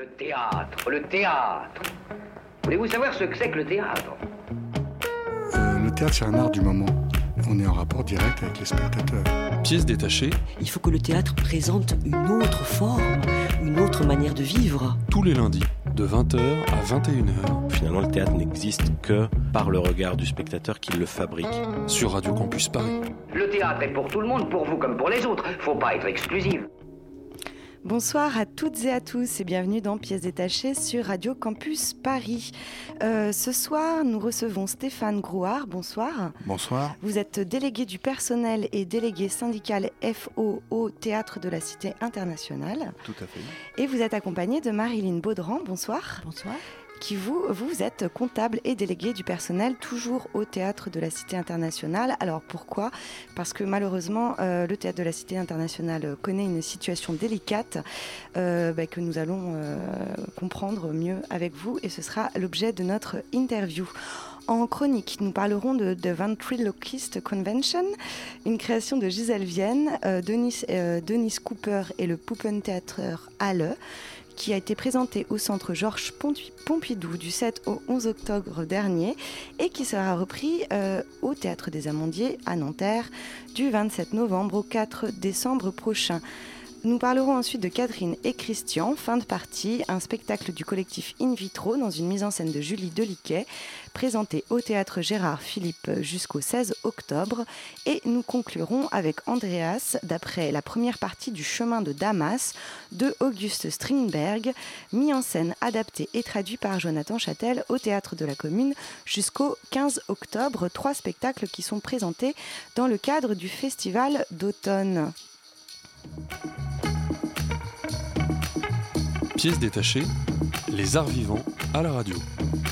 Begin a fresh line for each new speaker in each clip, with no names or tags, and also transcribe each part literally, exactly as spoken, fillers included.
théâtre, le théâtre. Voulez-vous savoir ce que c'est que le théâtre ?
euh, Le théâtre, c'est un art du moment. On est en rapport direct avec les spectateurs.
Pièce détachée.
Il faut que le théâtre présente une autre forme, une autre manière de vivre.
Tous les lundis, de vingt heures à vingt et une heures.
Finalement, le théâtre n'existe que par le regard du spectateur qui le fabrique.
Sur Radio Campus Paris.
Le théâtre est pour tout le monde, pour vous comme pour les autres. Faut pas être exclusif.
Bonsoir à toutes et à tous et bienvenue dans Pièces détachées sur Radio Campus Paris. Euh, ce soir, nous recevons Stéphane Grouard. Bonsoir.
Bonsoir.
Vous êtes délégué du personnel et délégué syndical F O au Théâtre de la Cité Internationale.
Tout à fait.
Et vous êtes accompagné de Marilyn Baudran. Bonsoir.
Bonsoir.
Qui vous, vous êtes comptable et délégué du personnel toujours au Théâtre de la Cité Internationale. Alors pourquoi ? Parce que malheureusement, euh, le Théâtre de la Cité Internationale connaît une situation délicate euh, bah, que nous allons euh, comprendre mieux avec vous et ce sera l'objet de notre interview. En chronique, nous parlerons de The Ventriloquist Convention, une création de Gisèle Vienne, euh, Denis, euh, Denis Cooper et le Puppentheater Halle, qui a été présenté au Centre Georges Pompidou du sept au onze octobre dernier et qui sera repris euh, au Théâtre des Amandiers à Nanterre du vingt-sept novembre au quatre décembre prochain. Nous parlerons ensuite de Catherine et Christian, fin de partie, un spectacle du collectif In Vitro dans une mise en scène de Julie Deliquet, présenté au Théâtre Gérard Philippe jusqu'au seize octobre. Et nous conclurons avec Andreas, d'après la première partie du Chemin de Damas de Auguste Strindberg, mis en scène, adapté et traduit par Jonathan Châtel au Théâtre de la Commune jusqu'au quinze octobre. Trois spectacles qui sont présentés dans le cadre du Festival d'automne.
Pièces détachées, les arts vivants à la radio.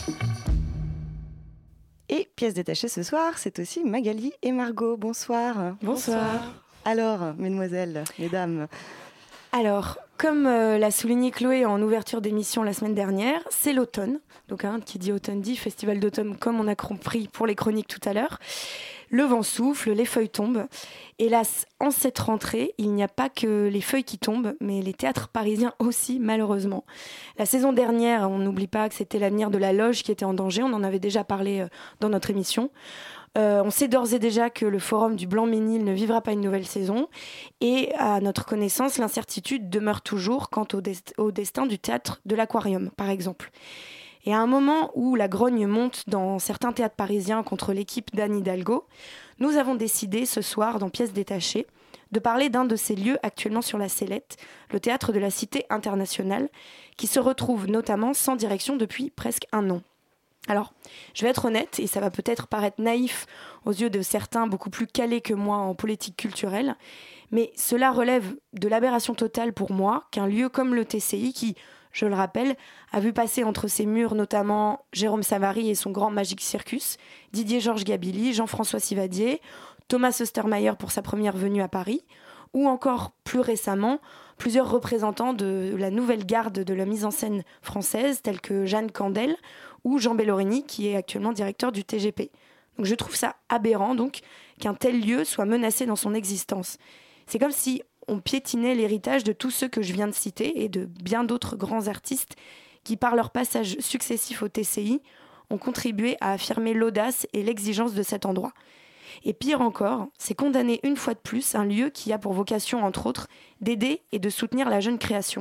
Et pièces détachées ce soir, c'est aussi Magali et Margot. Bonsoir.
Bonsoir.
Alors, mesdemoiselles, mesdames.
Alors, comme euh, l'a souligné Chloé en ouverture d'émission la semaine dernière, c'est l'automne. Donc, hein, qui dit automne dit festival d'automne, comme on a compris pour les chroniques tout à l'heure. Le vent souffle, les feuilles tombent. Hélas, en cette rentrée, il n'y a pas que les feuilles qui tombent, mais les théâtres parisiens aussi, malheureusement. La saison dernière, on n'oublie pas que c'était l'avenir de la loge qui était en danger. On en avait déjà parlé euh, dans notre émission. Euh, on sait d'ores et déjà que le Forum du Blanc-Ménil ne vivra pas une nouvelle saison. Et à notre connaissance, l'incertitude demeure toujours quant au, dest- au destin du théâtre de l'Aquarium, par exemple. Et à un moment où la grogne monte dans certains théâtres parisiens contre l'équipe d'Anne Hidalgo, nous avons décidé ce soir, dans Pièces détachées, de parler d'un de ces lieux actuellement sur la sellette, le Théâtre de la Cité Internationale, qui se retrouve notamment sans direction depuis presque un an. Alors, je vais être honnête, et ça va peut-être paraître naïf aux yeux de certains beaucoup plus calés que moi en politique culturelle, mais cela relève de l'aberration totale pour moi qu'un lieu comme le T C I, qui, je le rappelle, a vu passer entre ses murs notamment Jérôme Savary et son grand Magic Circus, Didier Georges Gabilly, Jean-François Sivadier, Thomas Ostermayer pour sa première venue à Paris, ou encore plus récemment, plusieurs représentants de la nouvelle garde de la mise en scène française, tels que Jeanne Candel ou Jean Bellorini, qui est actuellement directeur du T G P. Donc je trouve ça aberrant donc qu'un tel lieu soit menacé dans son existence. C'est comme si on piétinait l'héritage de tous ceux que je viens de citer et de bien d'autres grands artistes qui, par leur passage successif au T C I, ont contribué à affirmer l'audace et l'exigence de cet endroit. Et pire encore, c'est condamner une fois de plus un lieu qui a pour vocation, entre autres, d'aider et de soutenir la jeune création.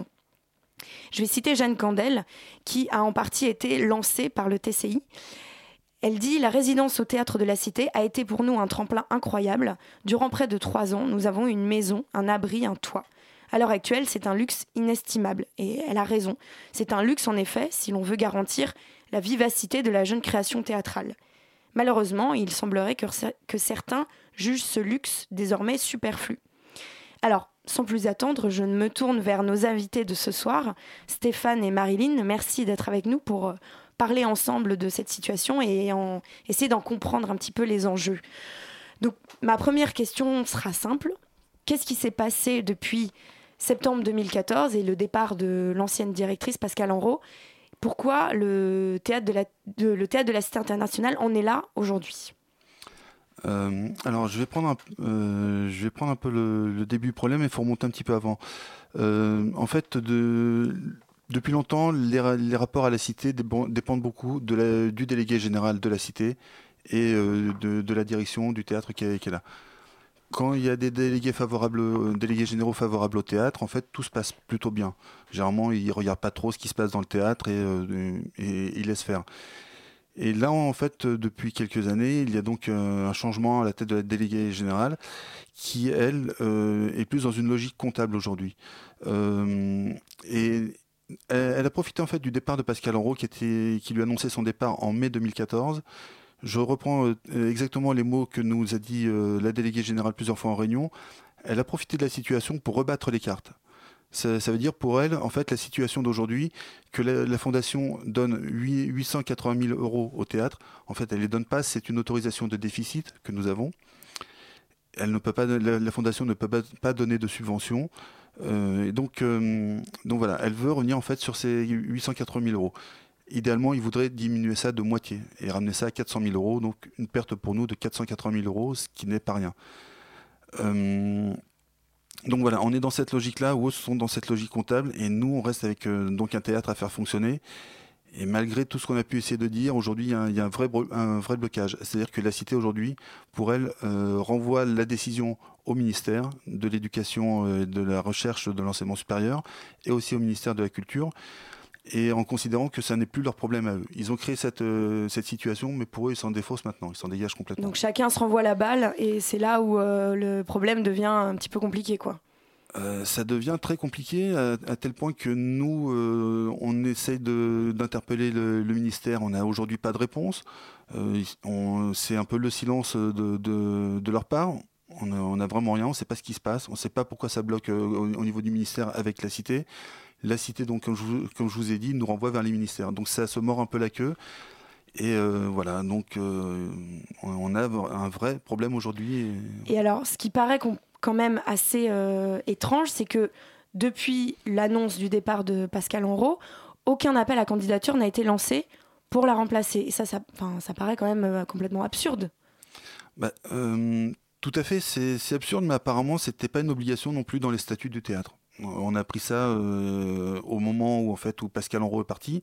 Je vais citer Jeanne Candel, qui a en partie été lancée par le T C I. Elle dit « La résidence au Théâtre de la Cité a été pour nous un tremplin incroyable. Durant près de trois ans, nous avons une maison, un abri, un toit. À l'heure actuelle, c'est un luxe inestimable. » Et elle a raison. C'est un luxe, en effet, si l'on veut garantir la vivacité de la jeune création théâtrale. Malheureusement, il semblerait que, que certains jugent ce luxe désormais superflu. Alors, sans plus attendre, je me tourne vers nos invités de ce soir, Stéphane et Marilyn. Merci d'être avec nous pour parler ensemble de cette situation et en, essayer d'en comprendre un petit peu les enjeux. Donc, ma première question sera simple. Qu'est-ce qui s'est passé depuis septembre deux mille quatorze et le départ de l'ancienne directrice Pascale Enrot ? Pourquoi le théâtre de la, de, le théâtre de la Cité Internationale en est là aujourd'hui ?
Euh, alors je vais prendre un, euh, je vais prendre un peu le, le début du problème, il faut remonter un petit peu avant. Euh, en fait, de,
depuis longtemps, les, ra- les rapports à la Cité dépend- dépendent beaucoup de la- du délégué général de la Cité et euh, de, de la direction du théâtre qui est, qui est là. Quand il y a des délégués, favorables, euh, délégués généraux favorables au théâtre, en fait, tout se passe plutôt bien. Généralement, ils ne regardent pas trop ce qui se passe dans le théâtre et, euh, et ils laissent faire. Et là, en fait, euh, depuis quelques années, il y a donc euh, un changement à la tête de la déléguée générale qui, elle, euh, est plus dans une logique comptable aujourd'hui. Euh, et elle, elle a profité en fait du départ de Pascal Enrot qui, était, qui lui annonçait son départ en mai deux mille quatorze. Je reprends euh, exactement les mots que nous a dit euh, la déléguée générale plusieurs fois en réunion. Elle a profité de la situation pour rebattre les cartes. Ça, ça veut dire pour elle, en fait, la situation d'aujourd'hui, que la, la Fondation donne huit cent quatre-vingt mille euros au théâtre. En fait, elle ne les donne pas, c'est une autorisation de déficit que nous avons. Elle ne peut pas, la, la Fondation ne peut pas, pas donner de subvention. Euh, et donc, euh, donc voilà, elle veut revenir en fait sur ces huit cent quatre-vingt mille euros. Idéalement, il voudrait diminuer ça de moitié et ramener ça à quatre cent mille euros, donc une perte pour nous de quatre cent quatre-vingt mille euros, ce qui n'est pas rien. Euh, donc voilà, on est dans cette logique-là, ou eux sont dans cette logique comptable, et nous, on reste avec euh, donc un théâtre à faire fonctionner. Et malgré tout ce qu'on a pu essayer de dire, aujourd'hui, il y a, il y a un, vrai, un vrai blocage. C'est-à-dire que la Cité, aujourd'hui, pour elle, euh, renvoie la décision au ministère de l'Éducation et de la Recherche de l'Enseignement supérieur, et aussi au ministère de la Culture, et en considérant que ça n'est plus leur problème à eux. Ils ont créé cette, euh, cette situation, mais pour eux, ils s'en défaussent maintenant, ils s'en dégagent complètement.
Donc chacun se renvoie la balle, et c'est là où euh, le problème devient un petit peu compliqué, quoi.
Euh, ça devient très compliqué à, à tel point que nous, euh, on essaye de, d'interpeller le, le ministère. On n'a aujourd'hui pas de réponse. Euh, on, c'est un peu le silence de, de, de leur part. On n'a vraiment rien, on ne sait pas ce qui se passe. On ne sait pas pourquoi ça bloque euh, au, au niveau du ministère avec la Cité. La Cité, donc, comme je, vous, comme je vous ai dit, nous renvoie vers les ministères. Donc ça se mord un peu la queue. Et euh, voilà, donc euh, on a un vrai problème aujourd'hui.
Et, et alors, ce qui paraît qu'on quand même assez euh, étrange, c'est que depuis l'annonce du départ de Pascal Enrot, aucun appel à candidature n'a été lancé pour la remplacer. Et ça, ça, ça paraît quand même euh, complètement absurde.
Bah, euh, tout à fait, c'est, c'est absurde, mais apparemment, c'était pas une obligation non plus dans les statuts du théâtre. On a appris ça euh, au moment où, en fait, où Pascal Enrot est parti.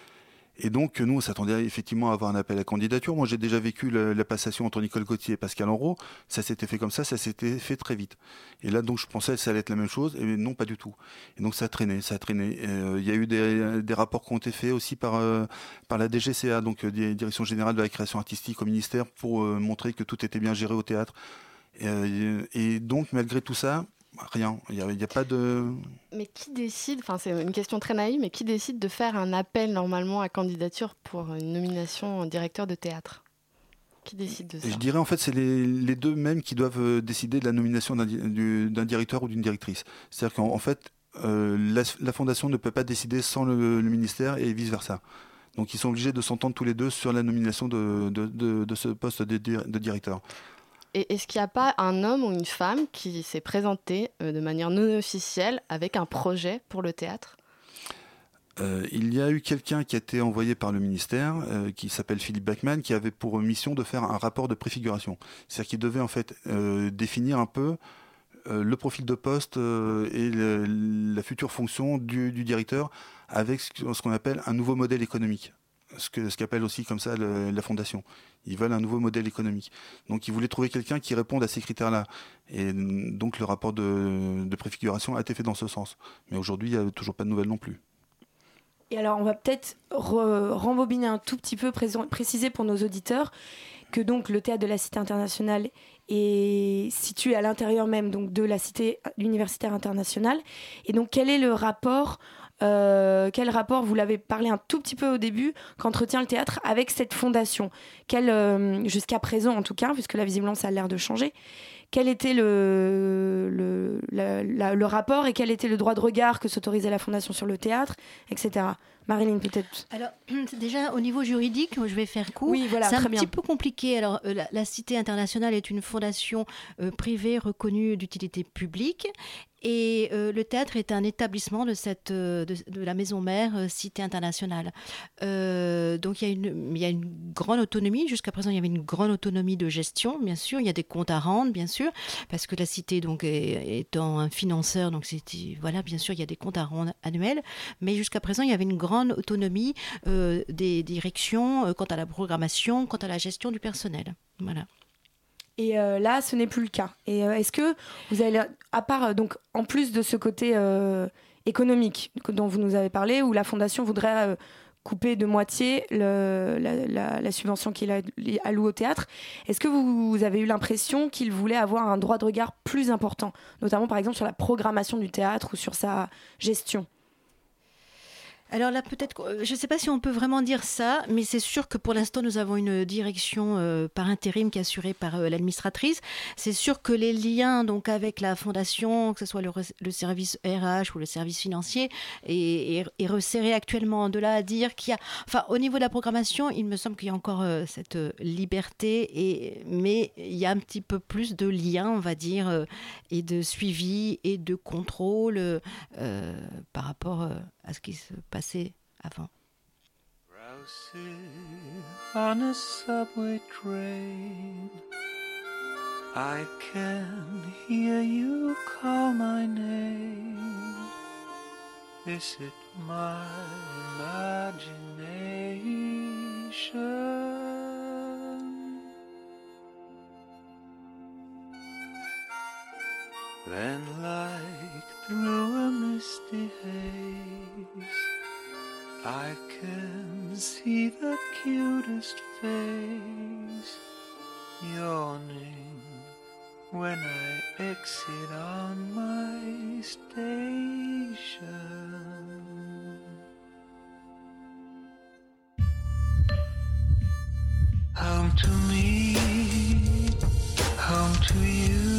Et donc, nous, on s'attendait effectivement à avoir un appel à candidature. Moi, j'ai déjà vécu la, la passation entre Nicole Gauthier et Pascal Enrot. Ça s'était fait comme ça, ça s'était fait très vite. Et là, donc, je pensais que ça allait être la même chose, et non, pas du tout. Et donc, ça a traîné, ça a traîné. Il euh, y a eu des, des rapports qui ont été faits aussi par, euh, par la D G C A, donc euh, Direction Générale de la Création Artistique au ministère, pour euh, montrer que tout était bien géré au théâtre. Et, euh, et donc, malgré tout ça, rien, il n'y a, y a pas de...
Mais qui décide, enfin c'est une question très naïve, mais qui décide de faire un appel normalement à candidature pour une nomination en directeur de théâtre ? Qui décide de ça ?
Je dirais en fait c'est les, les deux mêmes qui doivent décider de la nomination d'un, du, d'un directeur ou d'une directrice. C'est-à-dire qu'en en fait, euh, la, la fondation ne peut pas décider sans le, le ministère et vice-versa. Donc ils sont obligés de s'entendre tous les deux sur la nomination de, de, de, de ce poste de, de directeur.
Et est-ce qu'il n'y a pas un homme ou une femme qui s'est présenté euh, de manière non officielle avec un projet pour le théâtre ?
euh, Il y a eu quelqu'un qui a été envoyé par le ministère, euh, qui s'appelle Philippe Bachmann, qui avait pour mission de faire un rapport de préfiguration. C'est-à-dire qu'il devait en fait euh, définir un peu euh, le profil de poste euh, et le, la future fonction du, du directeur avec ce, ce qu'on appelle un nouveau modèle économique. Ce, que, ce qu'appelle aussi comme ça le, la fondation. Ils veulent un nouveau modèle économique. Donc ils voulaient trouver quelqu'un qui réponde à ces critères-là. Et donc le rapport de, de préfiguration a été fait dans ce sens. Mais aujourd'hui, il n'y a toujours pas de nouvelles non plus.
Et alors on va peut-être re- rembobiner un tout petit peu, pré- préciser pour nos auditeurs que donc le Théâtre de la Cité internationale est situé à l'intérieur même donc, de la Cité universitaire internationale. Et donc quel est le rapport Euh, quel rapport, vous l'avez parlé un tout petit peu au début, qu'entretient le théâtre avec cette fondation ? Quel, euh, jusqu'à présent en tout cas, puisque là visiblement ça a l'air de changer, quel était le, le, la, la, le rapport et quel était le droit de regard que s'autorisait la fondation sur le théâtre, et cetera. Marilyn, peut-être.
Alors, déjà, au niveau juridique, je vais faire court.
Oui, voilà,
c'est
très
un
bien.
petit peu compliqué. Alors, euh, la, la Cité internationale est une fondation euh, privée reconnue d'utilité publique. Et euh, le théâtre est un établissement de, cette, de, de la maison mère euh, Cité Internationale. Euh, donc il y, a une, il y a une grande autonomie. Jusqu'à présent, il y avait une grande autonomie de gestion, bien sûr. Il y a des comptes à rendre, bien sûr, parce que la Cité, donc, est, étant un financeur, donc c'était, voilà, bien sûr, il y a des comptes à rendre annuels. Mais jusqu'à présent, il y avait une grande autonomie euh, des directions euh, quant à la programmation, quant à la gestion du personnel. Voilà.
Et euh, là, ce n'est plus le cas. Et euh, est-ce que vous avez, à part, euh, donc, en plus de ce côté euh, économique dont vous nous avez parlé, où la Fondation voudrait euh, couper de moitié le, la, la, la subvention qu'il alloue au théâtre, est-ce que vous, vous avez eu l'impression qu'il voulait avoir un droit de regard plus important, notamment par exemple sur la programmation du théâtre ou sur sa gestion ?
Alors là, peut-être, je ne sais pas si on peut vraiment dire ça, mais c'est sûr que pour l'instant, nous avons une direction euh, par intérim qui est assurée par euh, l'administratrice. C'est sûr que les liens donc, avec la fondation, que ce soit le, le service R H ou le service financier, est, est, est resserré actuellement. De là à dire qu'il y a... Enfin, au niveau de la programmation, il me semble qu'il y a encore euh, cette liberté, et, mais il y a un petit peu plus de liens, on va dire, euh, et de suivi et de contrôle euh, par rapport... Euh, à ce qui se passait avant.
On a subway train, I can hear you call my name. Is it my imagination? Then like through a misty haze, I can see the cutest face yawning when I exit on my station. Home to me, home to you,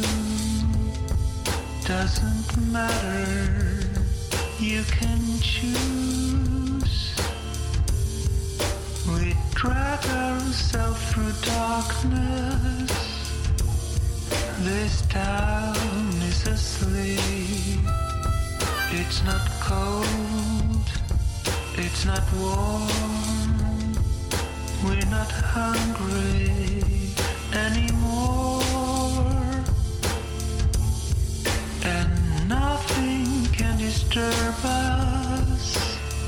doesn't matter, you can choose. We drag ourselves through darkness, this town is asleep. It's not cold, it's not warm, we're not hungry anymore. And nothing can disturb us.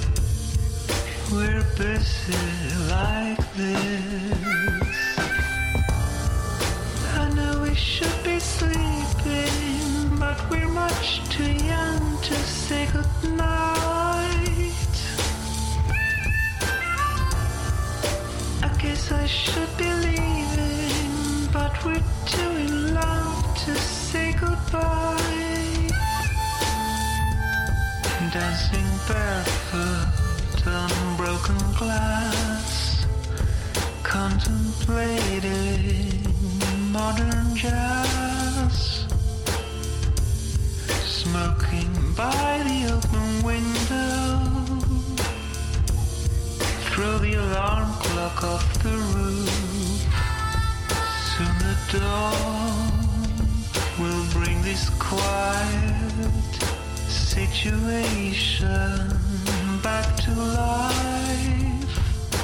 We're busy like this. I know we should be sleeping, but we're much too young to say goodnight. I guess I should be leaving, but we're too in love to say goodbye. Dancing barefoot on broken glass, contemplating modern jazz, smoking by the open window, throw the alarm clock off the roof. Soon the dawn will bring this quiet situation back to life.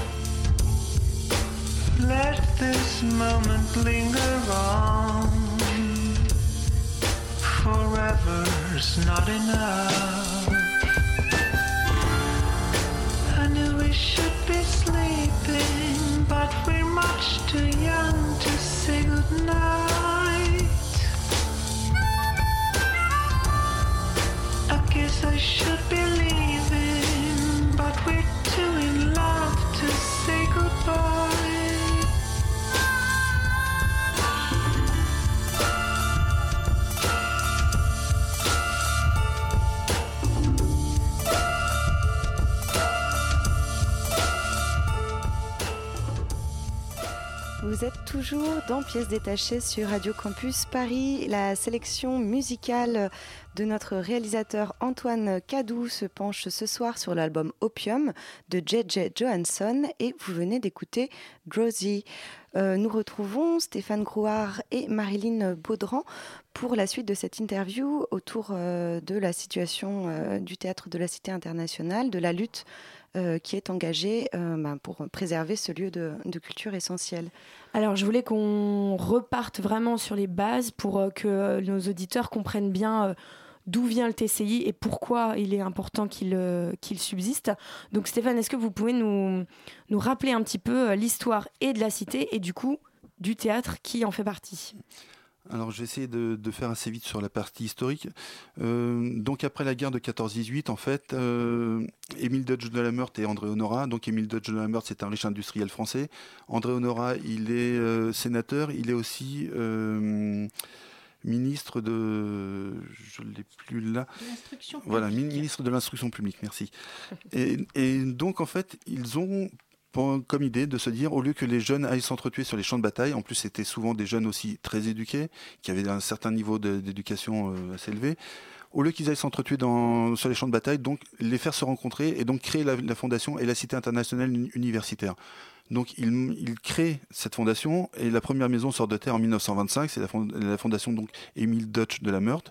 Let this moment linger on. Forever's not enough. I knew we should be sleeping, but we're much too young to say goodnight. I should be leaving, but we're too in love to say goodbye.
Vous êtes toujours dans Pièces détachées sur Radio Campus Paris. La sélection musicale de notre réalisateur Antoine Cadou se penche ce soir sur l'album Opium de J J Johansson et vous venez d'écouter Drowsy. Euh, nous retrouvons Stéphane Grouard et Marilyn Baudran pour la suite de cette interview autour euh, de la situation euh, du théâtre de la Cité internationale, de la lutte euh, qui est engagée euh, bah, pour préserver ce lieu de, de culture essentiel.
Alors, je voulais qu'on reparte vraiment sur les bases pour euh, que euh, nos auditeurs comprennent bien euh, d'où vient le T C I et pourquoi il est important qu'il, euh, qu'il subsiste. Donc Stéphane, est-ce que vous pouvez nous, nous rappeler un petit peu euh, l'histoire et de la Cité et du coup du théâtre qui en fait partie ?
Alors je vais essayer de, de faire assez vite sur la partie historique. Euh, donc après la guerre de quatorze dix-huit, en fait, euh, Émile Dutch de la Meurthe et André Honorat. Donc Émile Dutch de la Meurthe, c'est un riche industriel français. André Honorat, il est euh, sénateur, il est aussi euh, ministre de, je l'ai plus là.
De l'instruction publique.
Voilà, ministre de l'instruction publique. Merci. Et, et donc en fait, ils ont comme idée de se dire, au lieu que les jeunes aillent s'entretuer sur les champs de bataille, en plus c'était souvent des jeunes aussi très éduqués, qui avaient un certain niveau de, d'éducation euh, assez élevé, au lieu qu'ils aillent s'entretuer dans, sur les champs de bataille, donc les faire se rencontrer et donc créer la, la fondation et la Cité internationale universitaire. Donc il, il crée cette fondation et la première maison sort de terre en dix-neuf cent vingt-cinq, c'est la, fond, la fondation donc Émile Dutch de la Meurthe.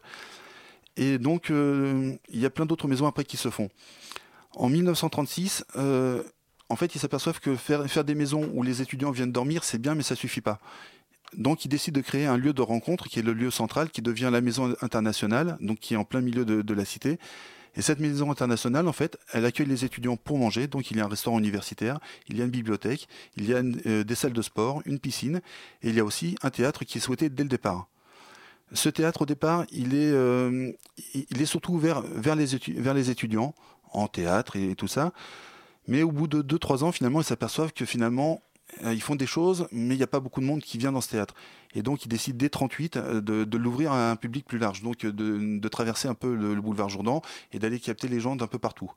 Et donc euh, il y a plein d'autres maisons après qui se font. En dix-neuf cent trente-six, euh, en fait, ils s'aperçoivent que faire, faire des maisons où les étudiants viennent dormir, c'est bien, mais ça suffit pas. Donc, ils décident de créer un lieu de rencontre qui est le lieu central, qui devient la maison internationale, donc qui est en plein milieu de, de la cité. Et cette maison internationale, en fait, elle accueille les étudiants pour manger. Donc, il y a un restaurant universitaire, il y a une bibliothèque, il y a une, euh, des salles de sport, une piscine, et il y a aussi un théâtre qui est souhaité dès le départ. Ce théâtre, au départ, il est, euh, il est surtout ouvert vers les, étu- vers les étudiants, en théâtre et, et tout ça. Mais au bout de deux trois ans, finalement, ils s'aperçoivent que finalement, euh, ils font des choses, mais il n'y a pas beaucoup de monde qui vient dans ce théâtre. Et donc, ils décident dès trente-huit de, de l'ouvrir à un public plus large, donc de, de traverser un peu le, le boulevard Jourdan et d'aller capter les gens d'un peu partout.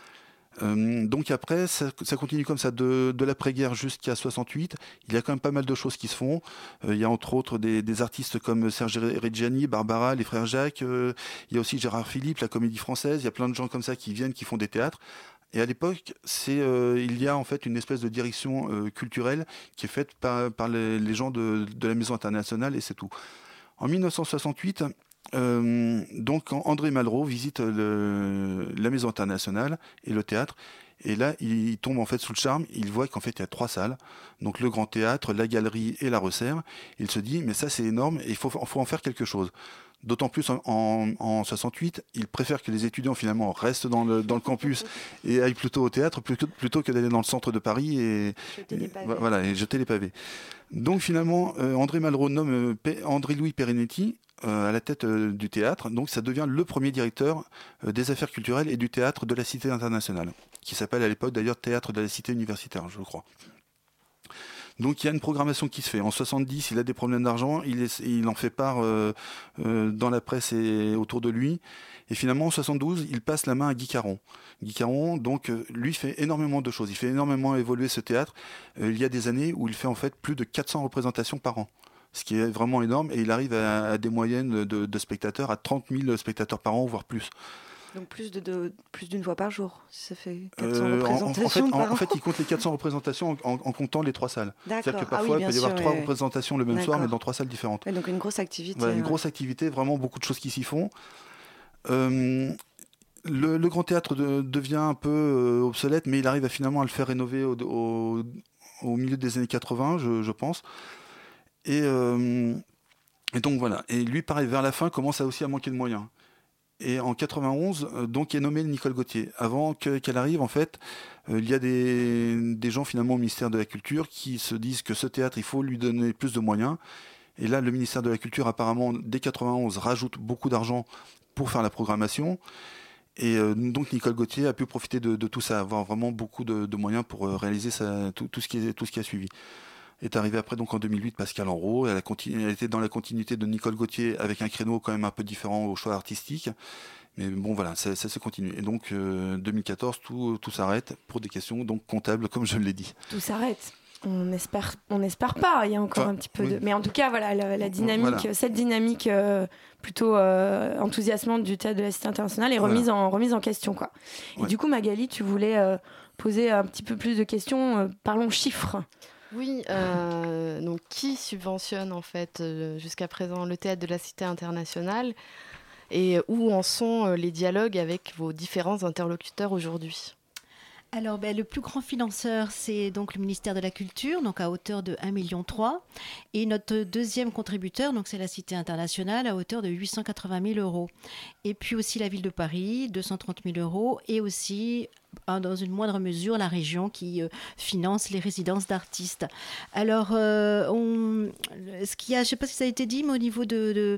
Euh, donc après, ça, ça continue comme ça, de, de l'après-guerre jusqu'à soixante-huit. Il y a quand même pas mal de choses qui se font. Euh, il y a entre autres des, des artistes comme Serge Reggiani, Barbara, les frères Jacques. Euh, il y a aussi Gérard Philippe, la Comédie Française. Il y a plein de gens comme ça qui viennent, qui font des théâtres. Et à l'époque, c'est, euh, il y a en fait une espèce de direction euh, culturelle qui est faite par, par les, les gens de, de la Maison internationale et c'est tout. En dix-neuf cent soixante-huit, euh, donc André Malraux visite le, la Maison internationale et le théâtre. Et là, il, il tombe en fait sous le charme. Il voit qu'en fait, il y a trois salles. Donc le Grand Théâtre, la Galerie et la Resserre. Il se dit, mais ça c'est énorme et il faut, faut en faire quelque chose. D'autant plus en, en, en soixante-huit, il préfère que les étudiants finalement restent dans le, dans le campus et aillent plutôt au théâtre plutôt, plutôt que d'aller dans le centre de Paris et jeter les pavés. Et, voilà, et jeter les pavés. Donc finalement, euh, André Malraux nomme euh, P- André-Louis Perennetti euh, à la tête euh, du théâtre. Donc ça devient le premier directeur euh, des affaires culturelles et du théâtre de la Cité internationale, qui s'appelle à l'époque d'ailleurs Théâtre de la Cité universitaire, je crois. Donc il y a une programmation qui se fait. En soixante-dix, il a des problèmes d'argent, il, est, il en fait part euh, euh, dans la presse et autour de lui. Et finalement, en soixante-douze, il passe la main à Guy Caron. Guy Caron, donc, euh, lui fait énormément de choses. Il fait énormément évoluer ce théâtre. Euh, il y a des années où il fait en fait plus de quatre cents représentations par an, ce qui est vraiment énorme. Et il arrive à, à des moyennes de, de spectateurs, à trente mille spectateurs par an, voire plus.
Donc plus, de, de, plus d'une fois par jour, ça fait quatre cents
euh,
représentations
en, en, fait,
par
en,
an.
en fait, il compte les quatre cents représentations en, en, en comptant les trois salles.
D'accord.
C'est-à-dire que
Ah
parfois,
oui,
il peut y avoir
sûr,
trois
oui.
représentations le même
D'accord.
soir, mais dans trois salles différentes.
Ouais, donc une grosse activité.
Voilà, une
ouais.
grosse activité, vraiment beaucoup de choses qui s'y font. Euh, le, le Grand Théâtre de, devient un peu euh, obsolète, mais il arrive à finalement à le faire rénover au, au, au milieu des années quatre-vingts, je, je pense. Et, euh, et donc voilà. Et lui, pareil, vers la fin, commence à aussi à manquer de moyens. Et en quatre-vingt-onze, euh, donc est nommée Nicole Gauthier. Avant que, qu'elle arrive, en fait, euh, il y a des, des gens finalement au ministère de la Culture qui se disent que ce théâtre, il faut lui donner plus de moyens. Et là, le ministère de la Culture, apparemment, dès quatre-vingt-onze, rajoute beaucoup d'argent pour faire la programmation. Et euh, donc Nicole Gauthier a pu profiter de, de tout ça, avoir vraiment beaucoup de, de moyens pour euh, réaliser sa, tout, tout, ce qui est, tout ce qui a suivi. Est arrivé après donc en deux mille huit Pascal Enrault. Elle a continué, elle était dans la continuité de Nicole Gauthier avec un créneau quand même un peu différent au choix artistique. Mais bon voilà, ça, ça s'est continué. Et donc euh, deux mille quatorze, tout, tout s'arrête pour des questions donc comptables, comme je l'ai dit.
Tout s'arrête. On espère, on espère pas. Il y a encore
enfin,
un petit peu
oui.
de. Mais en tout cas, voilà, la, la dynamique,
voilà.
cette dynamique euh, plutôt euh, enthousiasmante du théâtre de la Cité internationale est remise, voilà. en, remise en question, quoi. Et
ouais.
du coup, Magali, tu voulais euh, poser un petit peu plus de questions. Euh, parlons chiffres.
Oui, euh, donc qui subventionne en fait euh, jusqu'à présent le théâtre de la Cité internationale et où en sont euh, les dialogues avec vos différents interlocuteurs aujourd'hui ?
Alors, ben, le plus grand financeur, c'est donc le ministère de la Culture, donc à hauteur de un virgule trois million. Et notre deuxième contributeur, donc c'est la Cité internationale, à hauteur de huit cent quatre-vingt mille euros. Et puis aussi la ville de Paris, deux cent trente mille euros. Et aussi, dans une moindre mesure, la région qui euh, finance les résidences d'artistes. Alors, euh, on, ce qu'il y a, je ne sais pas si ça a été dit, mais au niveau de, de,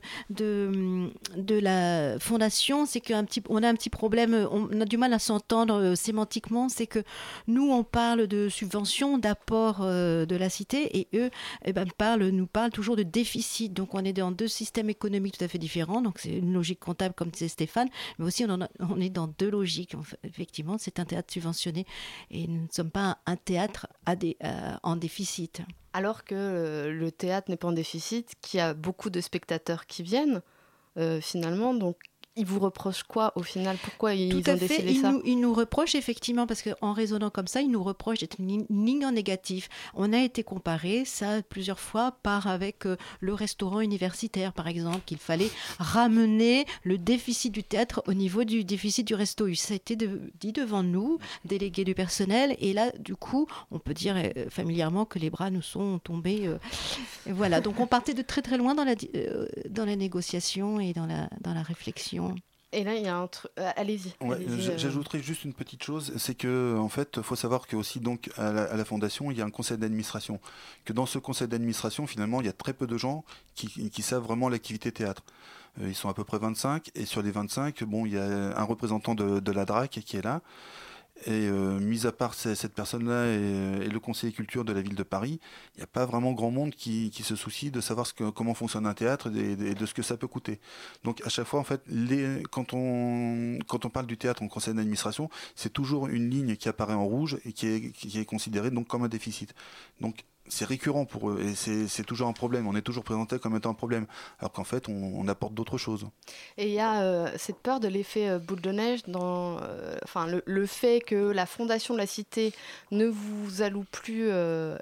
de, de la fondation, c'est qu'on a un petit problème, on a du mal à s'entendre euh, sémantiquement, c'est que nous, on parle de subventions, d'apports euh, de la Cité, et eux eh ben, parlent, nous parlent toujours de déficit. Donc, on est dans deux systèmes économiques tout à fait différents. Donc, c'est une logique comptable, comme disait Stéphane, mais aussi on, en a, on est dans deux logiques. Enfin, effectivement, c'est un théâtre subventionné et nous ne sommes pas un théâtre à des, euh, en déficit.
Alors que euh, le théâtre n'est pas en déficit, qu'il y a beaucoup de spectateurs qui viennent, euh, finalement, donc ils vous reprochent quoi au final ? Pourquoi ils
Tout
ont
à fait.
décidé
Ils
ça ?
nous, ils nous reprochent effectivement, parce qu'en raisonnant comme ça, ils nous reprochent d'être une ligne en négatif. On a été comparé, ça, plusieurs fois, par avec euh, le restaurant universitaire, par exemple, qu'il fallait ramener le déficit du théâtre au niveau du déficit du resto. Ça a été de, dit devant nous, délégués du personnel, et là, du coup, on peut dire euh, familièrement que les bras nous sont tombés. Euh, voilà, donc on partait de très très loin dans la, euh, dans la négociation et dans la, dans la réflexion.
Et là, il y a un truc. Euh, allez-y.
Ouais,
allez-y euh...
J'ajouterais juste une petite chose, c'est que en fait, il faut savoir que aussi donc à la, à la fondation, il y a un conseil d'administration. Que dans ce conseil d'administration, finalement, il y a très peu de gens qui, qui savent vraiment l'activité théâtre. Euh, ils sont à peu près vingt-cinq, et sur les vingt-cinq, bon, il y a un représentant de, de la D R A C qui est là. Et euh, mis à part c- cette personne-là et, et le conseiller culture de la ville de Paris, il n'y a pas vraiment grand monde qui, qui se soucie de savoir ce que, comment fonctionne un théâtre et de, et de ce que ça peut coûter. Donc à chaque fois, en fait, les, quand, on, quand on parle du théâtre en conseil d'administration, c'est toujours une ligne qui apparaît en rouge et qui est, qui est considérée donc comme un déficit. Donc c'est récurrent pour eux et c'est, c'est toujours un problème. On est toujours présenté comme étant un problème, alors qu'en fait, on, on apporte d'autres choses.
Et il y a euh, cette peur de l'effet euh, boule de neige, dans, euh, enfin, le, le fait que la fondation de la Cité ne vous alloue plus euh,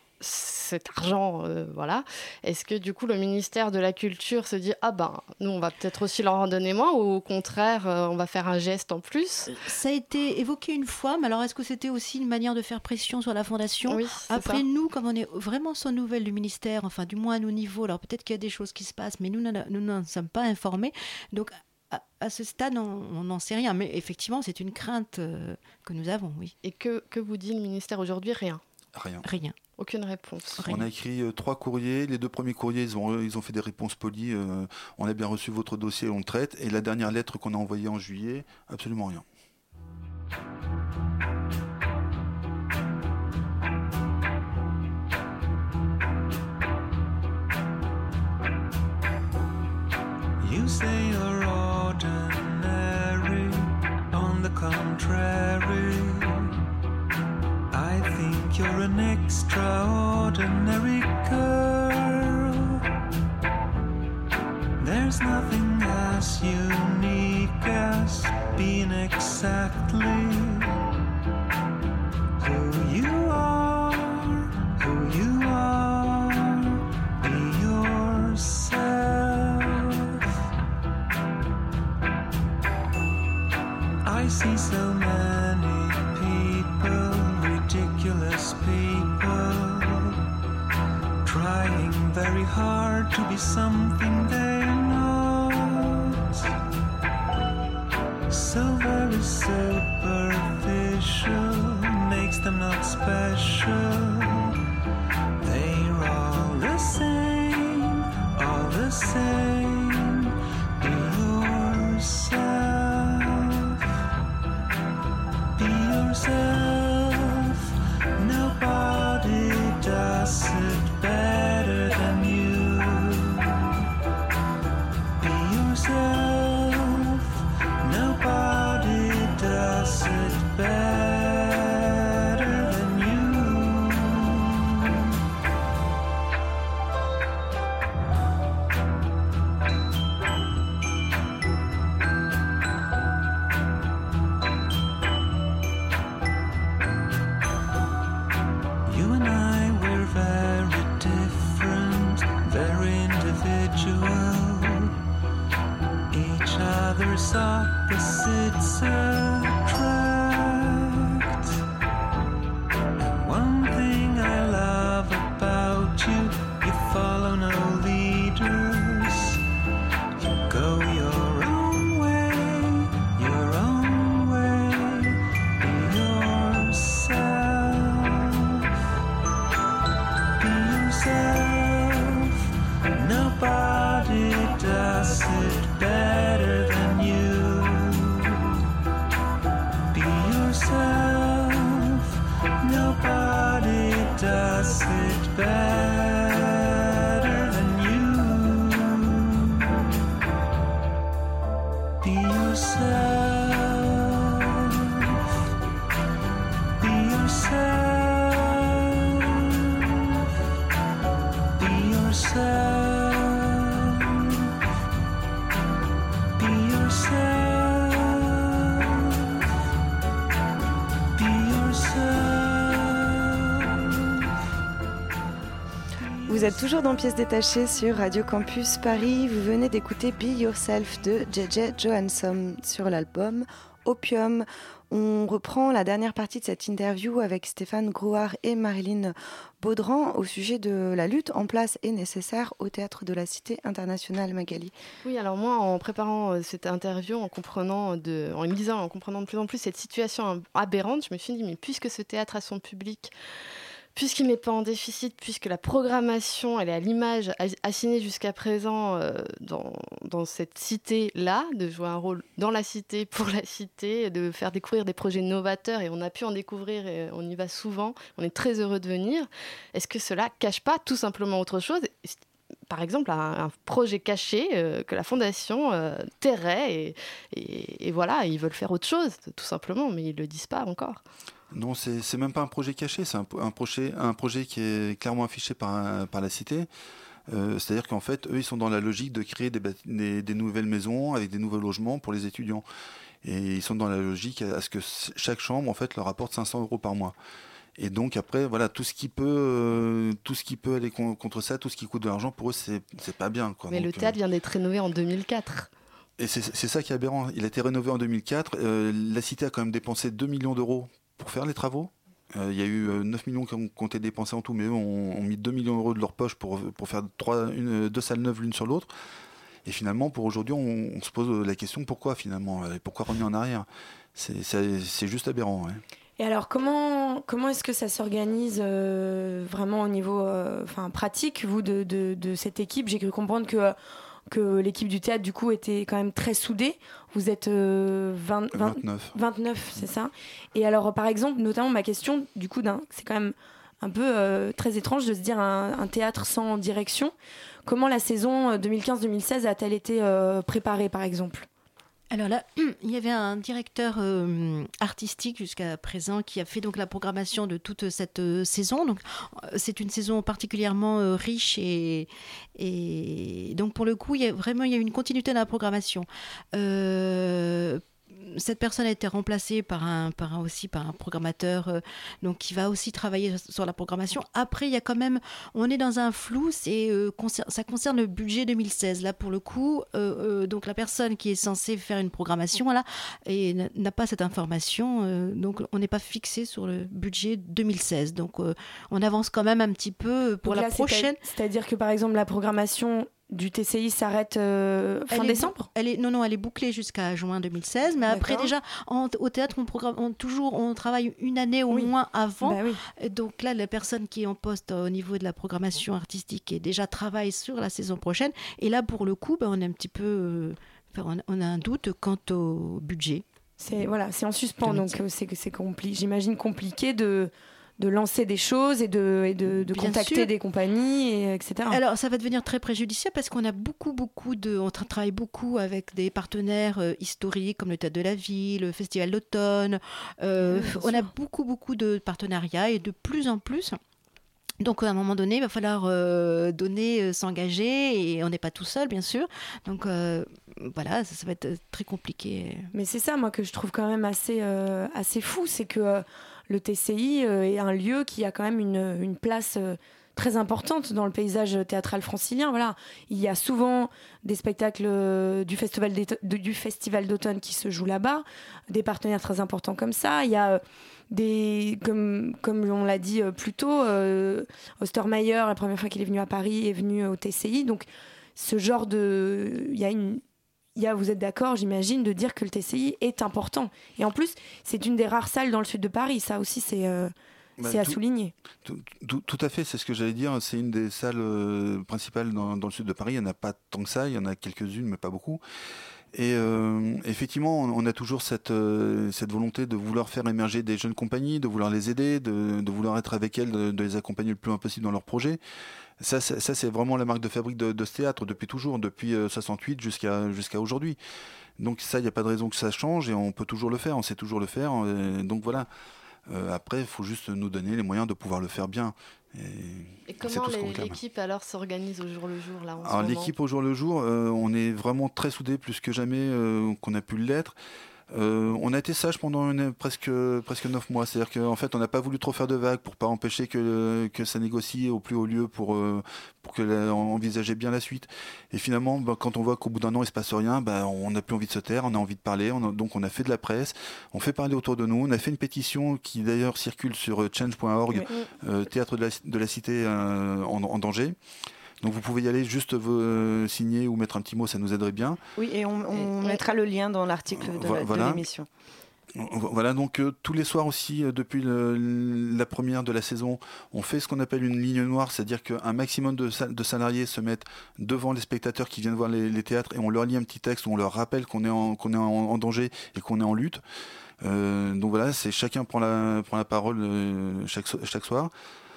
cet argent, euh, voilà. Est-ce que du coup le ministère de la Culture se dit ah ben nous on va peut-être aussi leur en donner moins, ou au contraire euh, on va faire un geste en plus ?
Ça a été évoqué une fois, mais alors est-ce que c'était aussi une manière de faire pression sur la fondation ?
Oui,
Après
ça.
Nous, comme on est vraiment sans nouvelles du ministère, enfin du moins à nos niveaux, alors peut-être qu'il y a des choses qui se passent, mais nous nous n'en sommes pas informés, donc à, à ce stade on n'en sait rien, mais effectivement c'est une crainte euh, que nous avons, oui.
Et que, que vous dit le ministère aujourd'hui ? Rien.
Rien.
Rien.
Aucune réponse.
Rien.
On a écrit euh, trois courriers. Les deux premiers courriers, ils ont, ils ont fait des réponses polies. Euh, on a bien reçu votre dossier, on le traite. Et la dernière lettre qu'on a envoyée en juillet, absolument rien.
You say you're ordinary, on the contrary, I think you're an extraordinary girl. There's nothing as unique as being exactly who you are, who you are, be yourself. I see so many people, ridiculous people, trying very hard to be something they're not, so very superficial, makes them not special. They're all the same, all the same. Be yourself, be yourself. Nobody does it better than you. Be yourself. Nobody does it better than you. Guess it's a tract. One thing I love about you, you follow no leaders. You go your own way, your own way. Be yourself. Be yourself. Nobody does it better than you. Be yourself. Nobody does it better than you. Be yourself. Be yourself. Be yourself. Be yourself. Be yourself.
Vous êtes toujours dans Pièces détachées sur Radio Campus Paris. Vous venez d'écouter Be Yourself de J J Johansson sur l'album Opium. On reprend la dernière partie de cette interview avec Stéphane Grouard et Marilyn Baudran au sujet de la lutte en place et nécessaire au Théâtre de la Cité internationale. Magali.
Oui, alors moi, en préparant euh, cette interview, en comprenant, de, en me disant, en comprenant de plus en plus cette situation aberrante, je me suis dit, mais puisque ce théâtre a son public, puisqu'il n'est pas en déficit, puisque la programmation, elle est à l'image assignée jusqu'à présent euh, dans, dans cette cité-là, de jouer un rôle dans la cité, pour la cité, de faire découvrir des projets novateurs, et on a pu en découvrir, et on y va souvent, on est très heureux de venir. Est-ce que cela cache pas tout simplement autre chose ? Par exemple, un, un projet caché euh, que la Fondation euh, tairait, et, et, et voilà, ils veulent faire autre chose, tout simplement, mais ils ne le disent pas encore.
Non, c'est, c'est même pas un projet caché, c'est un, un, projet, un projet qui est clairement affiché par, par la Cité. Euh, c'est-à-dire qu'en fait, eux, ils sont dans la logique de créer des, des, des nouvelles maisons avec des nouveaux logements pour les étudiants. Et ils sont dans la logique à ce que chaque chambre, en fait, leur apporte cinq cents euros par mois. Et donc après, voilà, tout ce qui peut, euh, tout ce qui peut aller con, contre ça, tout ce qui coûte de l'argent, pour eux, c'est, c'est pas bien, quoi.
Mais
donc,
le théâtre
euh...
vient d'être rénové en deux mille quatre.
Et c'est, c'est ça qui est aberrant. Il a été rénové en deux mille quatre. Euh, la Cité a quand même dépensé deux millions d'euros pour faire les travaux. Il euh, y a eu euh, neuf millions qui ont, qui ont été dépensés en tout, mais eux ont, ont mis deux millions d'euros de leur poche pour, pour faire trois, une, deux salles neuves l'une sur l'autre. Et finalement, pour aujourd'hui, on, on se pose la question pourquoi finalement et pourquoi revenir en arrière. C'est, c'est, c'est juste aberrant. Ouais.
Et alors, comment, comment est-ce que ça s'organise euh, vraiment au niveau euh, pratique, vous, de, de, de cette équipe ? J'ai cru comprendre que... Euh, que l'équipe du théâtre, du coup, était quand même très soudée. Vous êtes euh, vingt, vingt,
vingt-neuf.
vingt-neuf, c'est ça. Et alors, par exemple, notamment, ma question, du coup, d'un, c'est quand même un peu euh, très étrange de se dire un, un théâtre sans direction. Comment la saison deux mille quinze deux mille seize a-t-elle été euh, préparée, par exemple ?
Alors là, il y avait un directeur euh, artistique jusqu'à présent qui a fait donc la programmation de toute cette euh, saison. Donc, c'est une saison particulièrement euh, riche et, et donc pour le coup, il y a vraiment il y a une continuité dans la programmation. Euh, cette personne a été remplacée par un, par un, aussi par un programmateur euh, donc qui va aussi travailler sur la programmation. Après, il y a quand même, on est dans un flou, c'est, euh, concer- ça concerne le budget deux mille seize. Là, pour le coup, euh, euh, donc la personne qui est censée faire une programmation là, et n'a, n'a pas cette information, euh, donc on n'est pas fixé sur le budget deux mille seize. Donc euh, on avance quand même un petit peu pour donc la
là,
prochaine.
C'est-à- c'est-à-dire que par exemple la programmation du T C I s'arrête euh, fin
elle
décembre.
Elle est non non, elle est bouclée jusqu'à juin deux mille seize, mais D'accord. après déjà en, au théâtre on programme on, toujours on travaille une année au oui. moins avant.
Bah oui.
Donc là la personne qui est en poste au niveau de la programmation artistique et déjà travaille sur la saison prochaine. Et là pour le coup, bah, on est un petit peu, euh, on, on a un doute quant au budget.
C'est voilà, c'est en suspens donc c'est c'est compli- j'imagine compliqué de de lancer des choses et de, et de, de contacter sûr. des compagnies, et, etc.
Alors, ça va devenir très préjudiciable parce qu'on a beaucoup, beaucoup de... On tra- travaille beaucoup avec des partenaires euh, historiques comme le Théâtre de la Ville, le Festival d'automne. Euh, oui, on sûr. a beaucoup, beaucoup de partenariats et de plus en plus... Donc, à un moment donné, il va falloir euh, donner, euh, s'engager, et on n'est pas tout seul, bien sûr. Donc, euh, voilà, ça, ça va être très compliqué.
Mais c'est ça, moi, que je trouve quand même assez, euh, assez fou, c'est que... Euh, le T C I euh, est un lieu qui a quand même une, une place euh, très importante dans le paysage théâtral francilien. Voilà. Il y a souvent des spectacles du festival, du festival d'automne qui se jouent là-bas, des partenaires très importants comme ça. Il y a des, comme, comme on l'a dit plus tôt, euh, Ostermayer, la première fois qu'il est venu à Paris, est venu au T C I. Donc ce genre de... Il y a une... Il y a, vous êtes d'accord, j'imagine, de dire que le T C I est important. Et en plus, c'est une des rares salles dans le sud de Paris. Ça aussi, c'est, euh, bah, c'est à
tout,
souligner.
Tout, tout, tout à fait, c'est ce que j'allais dire. C'est une des salles euh, principales dans, dans le sud de Paris. Il n'y en a pas tant que ça. Il y en a quelques-unes, mais pas beaucoup. Et euh, effectivement, on, on a toujours cette, euh, cette volonté de vouloir faire émerger des jeunes compagnies, de vouloir les aider, de, de vouloir être avec elles, de, de les accompagner le plus loin possible dans leurs projets. Ça, ça, ça, c'est vraiment la marque de fabrique de, de ce théâtre depuis toujours, depuis euh, soixante-huit jusqu'à, jusqu'à aujourd'hui. Donc ça, il n'y a pas de raison que ça change et on peut toujours le faire, on sait toujours le faire. Et donc voilà. Euh, après, il faut juste nous donner les moyens de pouvoir le faire bien. Et,
et comment les, l'équipe alors s'organise au jour le jour là, en
alors
ce
l'équipe
moment
au jour le jour, euh, on est vraiment très soudés, plus que jamais euh, qu'on a pu l'être. Euh, on a été sage pendant une, presque presque neuf mois, c'est-à-dire qu'en fait on n'a pas voulu trop faire de vagues pour pas empêcher que que ça négocie au plus haut lieu pour euh, pour que la, envisager bien la suite. Et finalement, bah, quand on voit qu'au bout d'un an il se passe rien, bah, on n'a plus envie de se taire, on a envie de parler, on a, donc on a fait de la presse, on fait parler autour de nous, on a fait une pétition qui d'ailleurs circule sur change point org, oui. euh, théâtre de la, de la cité euh, en, en danger. Donc vous pouvez y aller, juste euh, signer ou mettre un petit mot, ça nous aiderait bien.
Oui, et on, on et, mettra et... le lien dans l'article de, la,
voilà.
de l'émission.
Voilà, donc euh, tous les soirs aussi, euh, depuis le, la première de la saison, on fait ce qu'on appelle une ligne noire, c'est-à-dire qu'un maximum de, de salariés se mettent devant les spectateurs qui viennent voir les, les théâtres et on leur lit un petit texte où on leur rappelle qu'on est en, qu'on est en, en danger et qu'on est en lutte. Euh, donc voilà, c'est chacun prend la, prend la parole euh, chaque, chaque soir.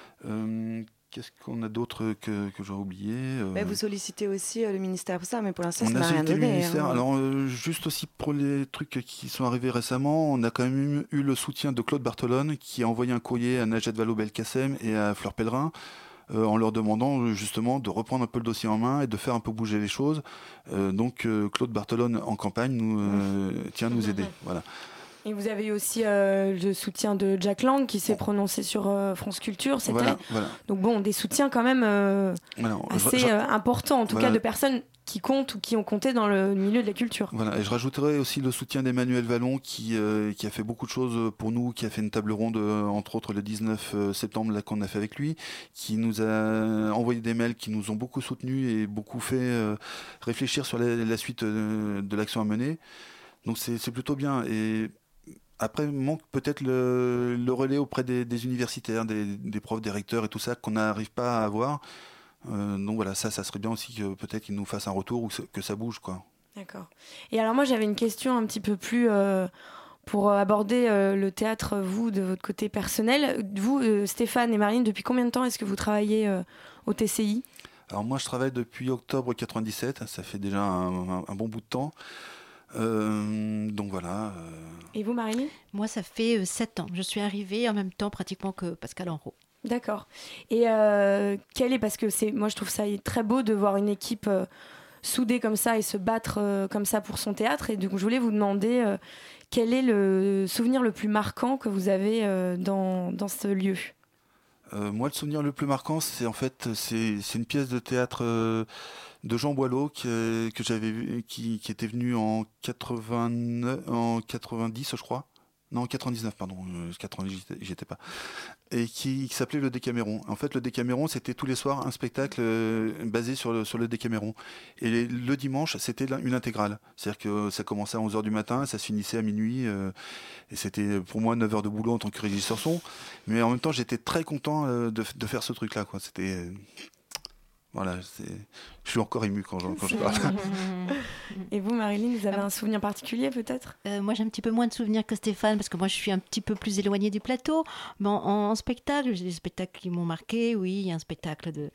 Euh, Qu'est-ce qu'on a d'autre que, que j'ai oublié euh...
mais vous sollicitez aussi euh, le ministère pour ça, mais pour l'instant,
on
ça n'a rien donné.
Le ministère.
Hein.
Alors, euh, juste aussi pour les trucs qui sont arrivés récemment, on a quand même eu le soutien de Claude Bartolone, qui a envoyé un courrier à Najat Vallaud-Belkacem et à Fleur Pellerin, euh, en leur demandant justement de reprendre un peu le dossier en main et de faire un peu bouger les choses. Euh, donc, euh, Claude Bartolone, en campagne, nous, euh, tient à nous aider. Voilà.
Et vous avez eu aussi euh, le soutien de Jack Lang qui s'est prononcé sur euh, France Culture, c'était
voilà, voilà.
Donc bon, des soutiens quand même euh, voilà, assez je, je, euh, importants, en tout voilà. cas de personnes qui comptent ou qui ont compté dans le milieu de la culture.
Voilà, et je rajouterais aussi le soutien d'Emmanuel Vallon qui, euh, qui a fait beaucoup de choses pour nous, qui a fait une table ronde, euh, entre autres le dix-neuf septembre là, qu'on a fait avec lui, qui nous a envoyé des mails qui nous ont beaucoup soutenus et beaucoup fait euh, réfléchir sur la, la suite euh, de l'action à mener. Donc c'est, c'est plutôt bien. Et après, manque peut-être le, le relais auprès des, des universitaires, des, des profs, des recteurs et tout ça qu'on n'arrive pas à avoir. Euh, donc voilà, ça, ça serait bien aussi que peut-être qu'ils nous fassent un retour ou que ça bouge, quoi.
D'accord. Et alors moi, j'avais une question un petit peu plus euh, pour aborder euh, le théâtre, vous, de votre côté personnel. Vous, euh, Stéphane et Marine, depuis combien de temps est-ce que vous travaillez euh, au T C I ?
Alors moi, je travaille depuis octobre quatre-vingt-dix-sept. Ça fait déjà un, un, un bon bout de temps. Euh, donc voilà. Euh...
Et vous, Marie-Line ?
Moi, ça fait euh, sept ans. Je suis arrivée en même temps pratiquement que Pascal Enrault.
D'accord. Et euh, quel est, parce que c'est, moi je trouve ça très beau de voir une équipe euh, soudée comme ça et se battre euh, comme ça pour son théâtre. Et donc je voulais vous demander euh, quel est le souvenir le plus marquant que vous avez euh, dans, dans ce lieu ?
Euh, moi, le souvenir le plus marquant, c'est en fait c'est, c'est une pièce de théâtre euh, de Jean Boileau qui, euh, que j'avais vu, qui, qui était venu en quatre-vingt-neuf, en quatre-vingt-dix, je crois. Non, quatre-vingt-dix-neuf, pardon, euh, quatre-vingt-dix, j'y étais pas. Et qui, qui s'appelait le Décaméron. En fait, le Décaméron, c'était tous les soirs un spectacle euh, basé sur le, sur le Décaméron. Et le dimanche, c'était une intégrale. C'est-à-dire que ça commençait à onze heures du matin, ça se finissait à minuit. Euh, et c'était pour moi neuf heures de boulot en tant que régisseur son. Mais en même temps, j'étais très content euh, de, de faire ce truc-là, quoi. C'était... Euh, Voilà, c'est... je suis encore ému quand je, quand je parle.
Et vous, Marie-Line, vous avez un souvenir particulier peut-être ?
euh, Moi, j'ai un petit peu moins de souvenirs que Stéphane, parce que moi, je suis un petit peu plus éloignée du plateau. Mais en, en spectacle, j'ai des spectacles qui m'ont marqué. Oui, il y a un spectacle de,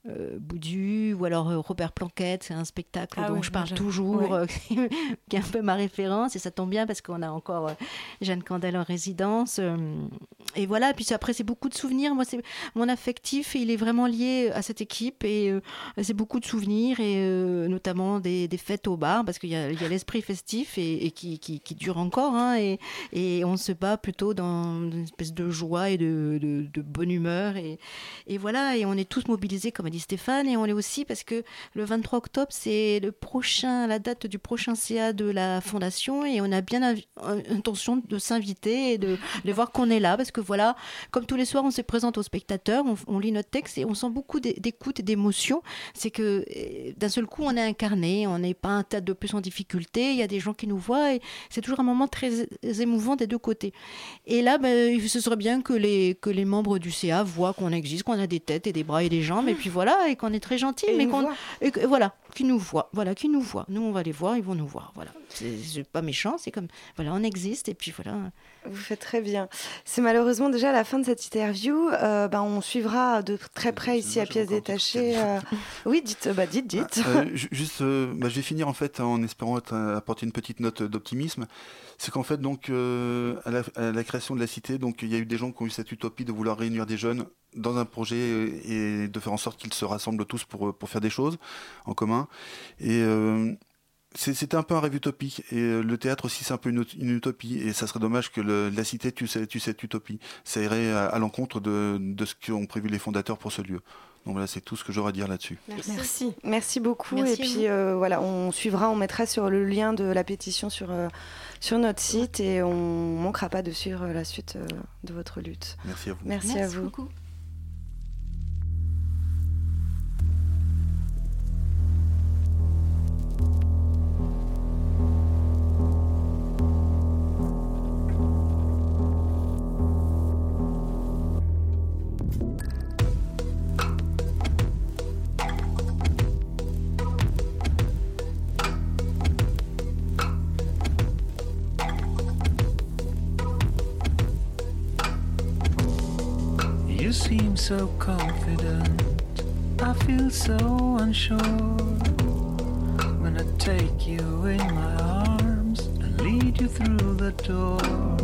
euh, Boudu, ou alors euh, Robert Planquette, c'est un spectacle
Ah
dont
oui,
je parle
moi,
toujours,
ouais.
euh, qui est un peu ma référence, et ça tombe bien parce qu'on a encore euh, Jeanne Candel en résidence. euh, et voilà, puis après c'est beaucoup de souvenirs. Moi, c'est mon affectif, il est vraiment lié à cette équipe, et euh, c'est beaucoup de souvenirs, et euh, notamment des, des fêtes au bar, parce qu'il y a, il y a l'esprit festif et, et qui, qui, qui dure encore, hein, et, et on se bat plutôt dans une espèce de joie et de, de, de bonne humeur, et, et voilà, et on est tous mobilisés, comme a dit Stéphane, et on l'est aussi parce que le vingt-trois octobre, c'est le prochain, la date du prochain C A de la Fondation, et on a bien invi- intention de s'inviter et de, de voir qu'on est là, parce que voilà, comme tous les soirs, on se présente aux spectateurs, on, on lit notre texte et on sent beaucoup d'é- d'écoute et d'émotion. C'est que euh, d'un seul coup, on est incarné, on n'est pas un tas de plus en difficulté, il y a des gens qui nous voient, et c'est toujours un moment très émouvant des deux côtés. Et là, ben, ce serait bien que les, que les membres du C A voient qu'on existe, qu'on a des têtes et des bras et des jambes, et puis voilà, et qu'on est très gentil,
Et
mais
nous
qu'on,
voient.
et que- voilà, qui nous voient, voilà, qui nous voient. Nous, on va les voir, ils vont nous voir, voilà. C'est, c'est pas méchant, c'est comme, voilà, on existe, et puis voilà.
Vous faites très bien. C'est malheureusement déjà la fin de cette interview. Euh, ben, on suivra de très près ici à Pièces Détachées. euh, Oui, dites, bah, dites, dites.
Euh, ju- juste, euh, bah, je vais finir en fait en espérant être- apporter une petite note d'optimisme. C'est qu'en fait, donc, euh, à, la, à la création de la cité, donc, il y a eu des gens qui ont eu cette utopie de vouloir réunir des jeunes dans un projet euh, et de faire en sorte qu'ils se rassemblent tous pour, pour faire des choses en commun. Et euh, c'est- c'était un peu un rêve utopique. Et euh, le théâtre aussi, c'est un peu une, ut- une utopie. Et ça serait dommage que le- la cité tue, cette- tue cette utopie. Ça irait à, à l'encontre de, de ce qu'ont prévu les fondateurs pour ce lieu. Donc voilà, c'est tout ce que j'aurais à dire là-dessus.
Merci. Merci. Merci beaucoup.
Merci
et
à
puis euh, voilà, on suivra, on mettra sur le lien de la pétition sur, euh, sur notre site, et on manquera pas de suivre la suite euh, de votre lutte.
Merci à vous.
Merci, à
Merci
vous.
beaucoup.
You seem so confident, I feel so unsure. When I take you in my arms and lead you through the door.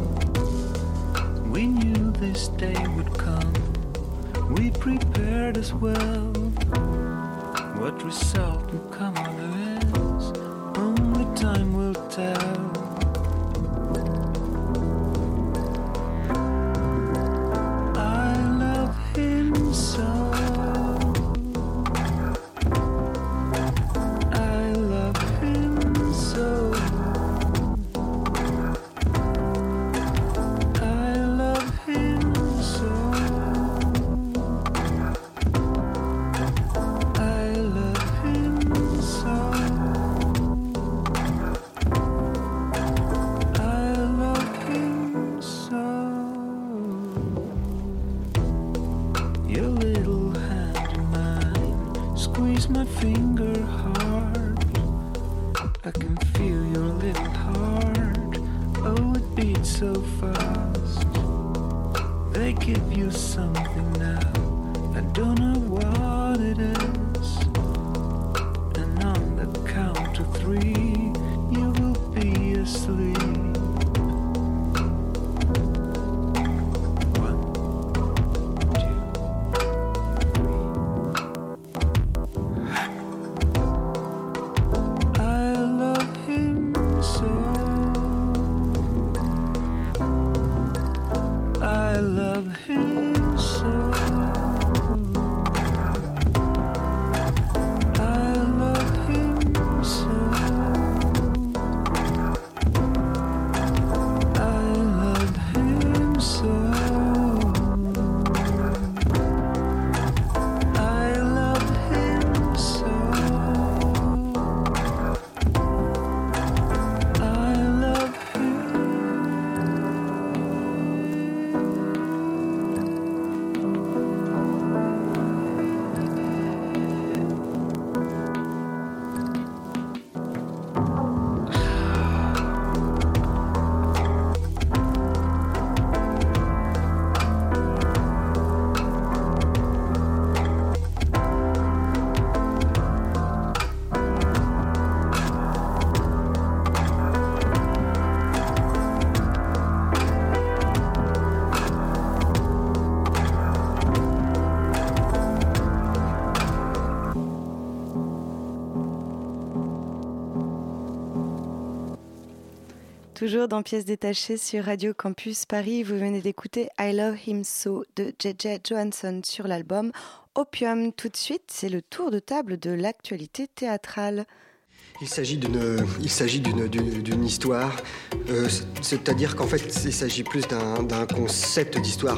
We knew this day would come, we prepared as well. What result will come of this, only time will tell. My finger hard, I can feel your little heart. Oh, it beats so fast. They give you something now, I don't know what it is. And on the count of three, you will be asleep. I
Toujours dans Pièces détachées sur Radio Campus Paris, vous venez d'écouter I Love Him So de J J Johansson sur l'album Opium. Tout de suite, c'est le tour de table de l'actualité théâtrale.
Il s'agit d'une, il s'agit d'une, d'une, d'une histoire, euh, c'est-à-dire qu'en fait, il s'agit plus d'un, d'un concept d'histoire.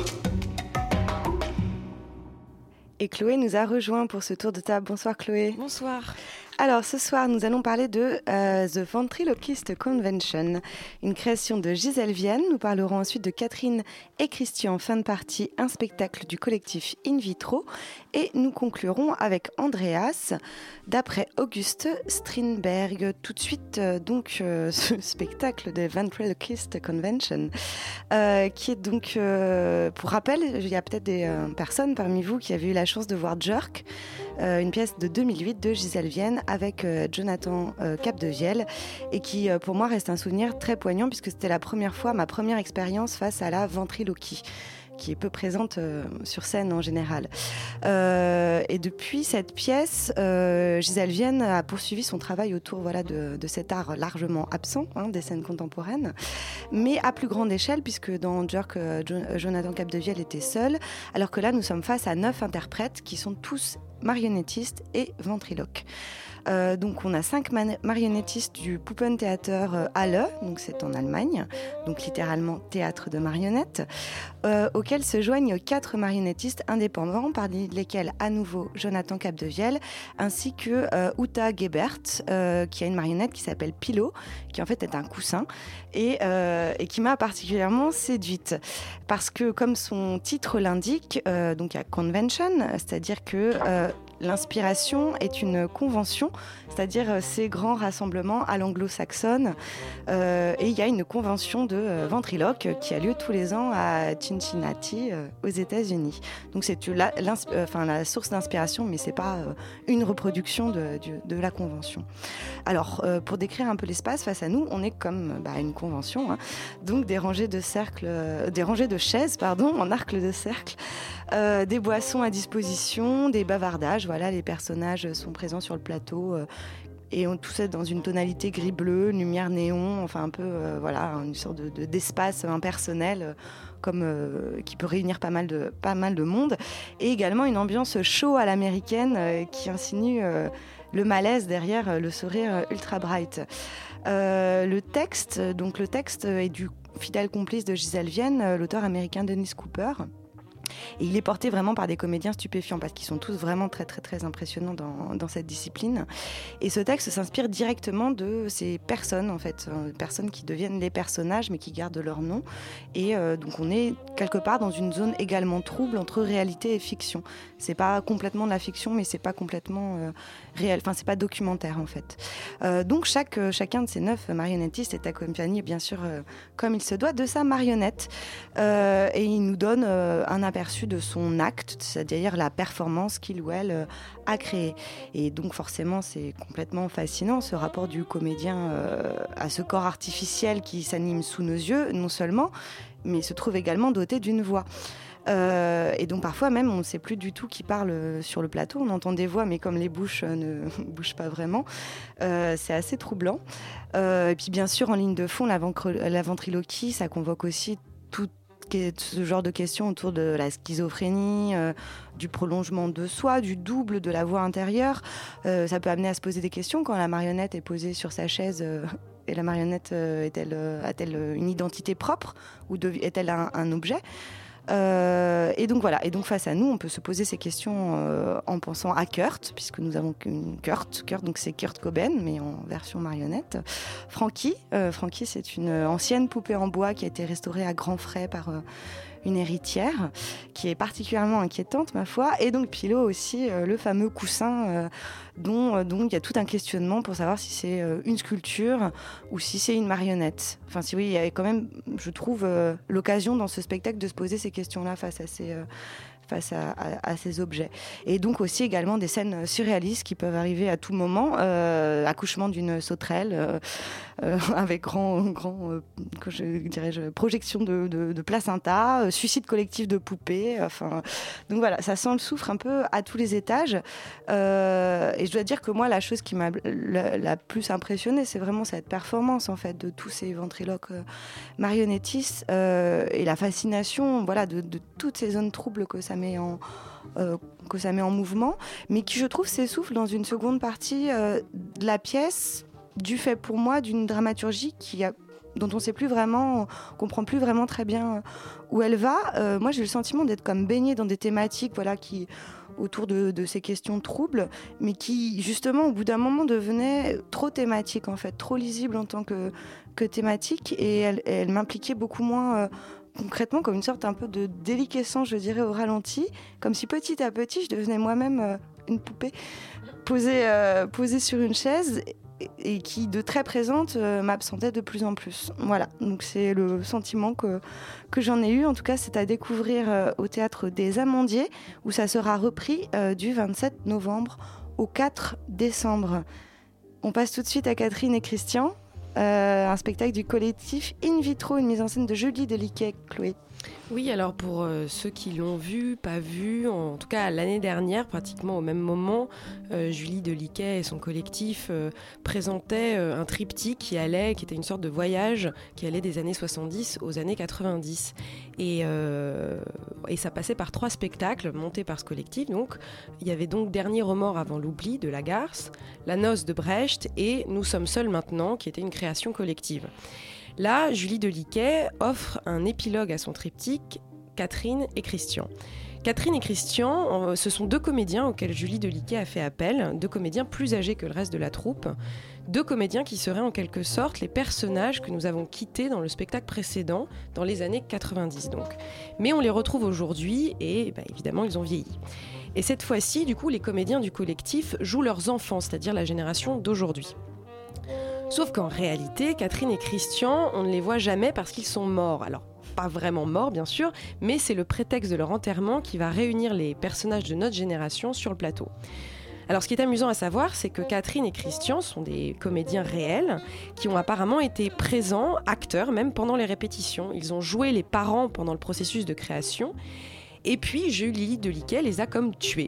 Et Chloé nous a rejoint pour ce tour de table. Bonsoir Chloé.
Bonsoir.
Alors ce soir, nous allons parler de euh, The Ventriloquist Convention, une création de Gisèle Vienne. Nous parlerons ensuite de Catherine et Christian, fin de partie, un spectacle du collectif In Vitro. Et nous conclurons avec Andreas, d'après Auguste Strindberg. Tout de suite, euh, donc, euh, ce spectacle de Ventriloquist Convention, euh, qui est donc, euh, pour rappel, il y a peut-être des euh, personnes parmi vous qui avaient eu la chance de voir Jerk, euh, une pièce de deux mille huit de Gisèle Vienne, avec euh, Jonathan euh, Capdevielle, et qui euh, pour moi reste un souvenir très poignant puisque c'était la première fois, ma première expérience face à la ventriloquie, qui est peu présente euh, sur scène en général. Euh, et depuis cette pièce, euh, Gisèle Vienne a poursuivi son travail autour voilà, de, de cet art largement absent, hein, des scènes contemporaines, mais à plus grande échelle, puisque dans Jerk, euh, Jonathan Capdevielle était seul, alors que là, nous sommes face à neuf interprètes qui sont tous marionnettistes et ventriloques. Euh, donc on a cinq man- marionnettistes du Puppentheater euh, Halle, donc c'est en Allemagne, donc littéralement théâtre de marionnettes, euh, auxquels se joignent quatre marionnettistes indépendants, parmi lesquels à nouveau Jonathan Capdevielle, ainsi que euh, Uta Gebert, euh, qui a une marionnette qui s'appelle Pilot, qui en fait est un coussin, et, euh, et qui m'a particulièrement séduite, parce que comme son titre l'indique, euh, donc il y a Convention, c'est-à-dire que euh, l'inspiration est une convention, c'est-à-dire ces grands rassemblements à l'anglo-saxonne. Euh, et il y a une convention de euh, ventriloque qui a lieu tous les ans à Cincinnati, euh, aux États-Unis. Donc c'est la, euh, enfin, la source d'inspiration, mais c'est pas euh, une reproduction de, de, de la convention. Alors, euh, pour décrire un peu l'espace face à nous, on est comme bah, une convention, hein, donc des rangées de cercles, euh, des rangées de chaises, pardon, en arc de cercle, euh, des boissons à disposition, des bavardages. Voilà, les personnages sont présents sur le plateau euh, et on, tout ça dans une tonalité gris-bleu, lumière néon, enfin un peu euh, voilà, une sorte de, de, d'espace impersonnel euh, comme, euh, qui peut réunir pas mal, de, pas mal de monde, et également une ambiance show à l'américaine euh, qui insinue euh, le malaise derrière euh, le sourire ultra bright. Euh, le texte, donc le texte est du fidèle complice de Gisèle Vienne, euh, l'auteur américain Dennis Cooper. Et il est porté vraiment par des comédiens stupéfiants parce qu'ils sont tous vraiment très très très impressionnants dans, dans cette discipline. Et ce texte s'inspire directement de ces personnes en fait, euh, personnes qui deviennent les personnages mais qui gardent leur nom. Et euh, donc on est quelque part dans une zone également trouble entre réalité et fiction. C'est pas complètement de la fiction mais c'est pas complètement euh, réel, enfin c'est pas documentaire en fait. Euh, donc chaque, chacun de ces neuf marionnettistes est accompagné bien sûr euh, comme il se doit de sa marionnette. Euh, et il nous donne euh, un aperçu de son acte, c'est-à-dire la performance qu'il ou elle euh, a créée. Et donc forcément, c'est complètement fascinant, ce rapport du comédien euh, à ce corps artificiel qui s'anime sous nos yeux, non seulement, mais se trouve également doté d'une voix. Euh, et donc parfois même on ne sait plus du tout qui parle sur le plateau, on entend des voix mais comme les bouches euh, ne bougent pas vraiment, euh, c'est assez troublant. Euh, et puis bien sûr en ligne de fond la, vencre- la ventriloquie, ça convoque aussi tout ce genre de questions autour de la schizophrénie, euh, du prolongement de soi, du double de la voix intérieure. Euh, ça peut amener à se poser des questions quand la marionnette est posée sur sa chaise. Euh, et la marionnette euh, est-elle, euh, a-t-elle une identité propre ou de, est-elle un, un objet ? Euh, et donc voilà, et donc face à nous, on peut se poser ces questions euh, en pensant à Kurt, puisque nous avons une Kurt, Kurt donc c'est Kurt Cobain, mais en version marionnette. Frankie, euh, Frankie c'est une ancienne poupée en bois qui a été restaurée à grands frais par euh, une héritière, qui est particulièrement inquiétante ma foi, et donc Pilot aussi, euh, le fameux coussin euh, dont, euh, dont il y a tout un questionnement pour savoir si c'est euh, une sculpture ou si c'est une marionnette. Enfin si oui, il y a quand même, je trouve, euh, l'occasion dans ce spectacle de se poser ces questions-là face à ces, euh, face à, à, à ces objets. Et donc aussi également des scènes surréalistes qui peuvent arriver à tout moment, euh, accouchement d'une sauterelle, euh, euh, avec grand, grand euh, que je dirais-je, projection de, de, de placenta, euh, suicide collectif de poupées. Enfin, donc voilà, ça sent le soufre un peu à tous les étages. Euh, et je dois dire que moi, la chose qui m'a la, la plus impressionnée, c'est vraiment cette performance en fait de tous ces ventriloques euh, marionnettistes euh, et la fascination, voilà, de, de toutes ces zones troubles que ça met en euh, que ça met en mouvement, mais qui, je trouve, s'essouffle dans une seconde partie euh, de la pièce, du fait pour moi d'une dramaturgie qui a, dont on ne sait plus vraiment, on comprend plus vraiment très bien où elle va. Euh, moi, j'ai le sentiment d'être comme baignée dans des thématiques, voilà, qui autour de, de ces questions troubles, mais qui, justement, au bout d'un moment, devenaient trop thématiques, en fait, trop lisibles en tant que, que thématiques, et elle, elle m'impliquait beaucoup moins euh, concrètement, comme une sorte un peu de déliquescence, je dirais, au ralenti, comme si petit à petit, je devenais moi-même euh, une poupée posée, euh, posée sur une chaise, et, et qui, de très présente, euh, m'absentait de plus en plus. Voilà, donc c'est le sentiment que, que j'en ai eu. En tout cas, c'est à découvrir euh, au Théâtre des Amandiers, où ça sera repris euh, du vingt-sept novembre au quatre décembre. On passe tout de suite à Catherine et Christian. Euh, un spectacle du collectif In Vitro, une mise en scène de Julie Deliquet. Chloé.
Oui, alors pour euh, ceux qui l'ont vu, pas vu, en tout cas l'année dernière, pratiquement au même moment, euh, Julie Deliquet et son collectif euh, présentaient euh, un triptyque qui allait, qui était une sorte de voyage qui allait des années soixante-dix aux années quatre-vingt-dix. Et, euh, et ça passait par trois spectacles montés par ce collectif. Donc, il y avait donc Dernier remords avant l'oubli de Lagarce, La noce de Brecht et Nous sommes seuls maintenant, qui était une création collective. Là, Julie Deliquet offre un épilogue à son triptyque, Catherine et Christian. Catherine et Christian, ce sont deux comédiens auxquels Julie Deliquet a fait appel, deux comédiens plus âgés que le reste de la troupe, deux comédiens qui seraient en quelque sorte les personnages que nous avons quittés dans le spectacle précédent, dans les années quatre-vingt-dix donc. Mais on les retrouve aujourd'hui et bah, évidemment ils ont vieilli. Et cette fois-ci, du coup, les comédiens du collectif jouent leurs enfants, c'est-à-dire la génération d'aujourd'hui. Sauf qu'en réalité, Catherine et Christian, on ne les voit jamais parce qu'ils sont morts. Alors, pas vraiment morts, bien sûr, mais c'est le prétexte de leur enterrement qui va réunir les personnages de notre génération sur le plateau. Alors, ce qui est amusant à savoir, c'est que Catherine et Christian sont des comédiens réels qui ont apparemment été présents, acteurs, même pendant les répétitions. Ils ont joué les parents pendant le processus de création. Et puis, Julie Deliquet les a comme tués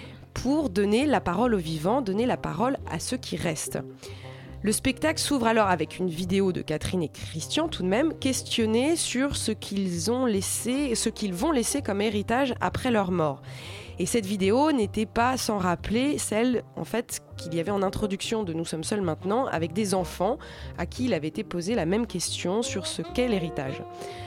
pour donner la parole aux vivants, donner la parole à ceux qui restent. Le spectacle s'ouvre alors avec une vidéo de Catherine et Christian, tout de même, questionnés sur ce qu'ils ont laissé, ce qu'ils vont laisser comme héritage après leur mort. Et cette vidéo n'était pas sans rappeler celle, en fait, qu'il y avait en introduction de Nous sommes seuls maintenant, avec des enfants à qui il avait été posé la même question sur ce qu'est l'héritage.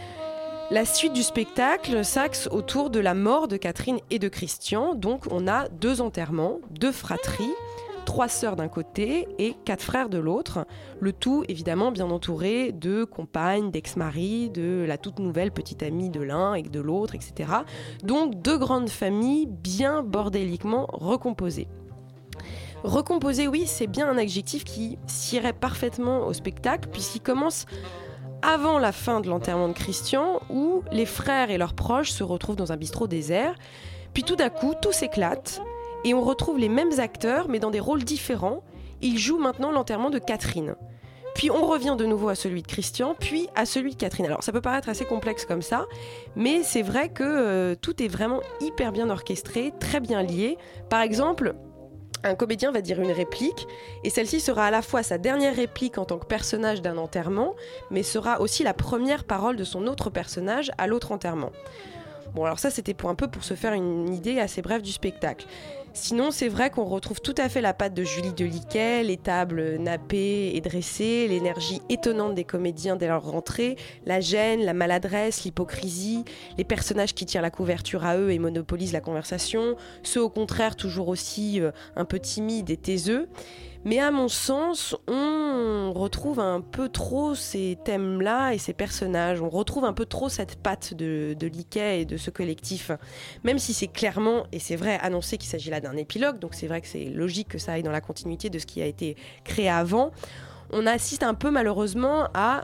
La suite du spectacle s'axe autour de la mort de Catherine et de Christian. Donc on a deux enterrements, deux fratries, trois sœurs d'un côté et quatre frères de l'autre. Le tout, évidemment, bien entouré de compagnes, d'ex-maris, de la toute nouvelle petite amie de l'un et de l'autre, et cetera. Donc deux grandes familles bien bordéliquement recomposées. Recomposées, oui, c'est bien un adjectif qui siérait parfaitement au spectacle puisqu'il commence avant la fin de l'enterrement de Christian, où les frères et leurs proches se retrouvent dans un bistrot désert. Puis tout d'un coup, tout s'éclate et on retrouve les mêmes acteurs, mais dans des rôles différents. Ils jouent maintenant l'enterrement de Catherine. Puis on revient de nouveau à celui de Christian, puis à celui de Catherine. Alors ça peut paraître assez complexe comme ça, mais c'est vrai que euh, tout est vraiment hyper bien orchestré, très bien lié. Par exemple, un comédien va dire une réplique, et celle-ci sera à la fois sa dernière réplique en tant que personnage d'un enterrement, mais sera aussi la première parole de son autre personnage à l'autre enterrement. Bon, alors ça, c'était pour un peu pour se faire une idée assez brève du spectacle. Sinon, c'est vrai qu'on retrouve tout à fait la patte de Julie Deliquet, les tables nappées et dressées, l'énergie étonnante des comédiens dès leur rentrée, la gêne, la maladresse, l'hypocrisie, les personnages qui tirent la couverture à eux et monopolisent la conversation, ceux au contraire toujours aussi euh, un peu timides et taiseux. Mais à mon sens, on retrouve un peu trop ces thèmes-là et ces personnages. On retrouve un peu trop cette patte de, de Liquet et de ce collectif. Même si c'est clairement, et c'est vrai, annoncé qu'il s'agit là d'un épilogue, donc c'est vrai que c'est logique que ça aille dans la continuité de ce qui a été créé avant, on assiste un peu malheureusement à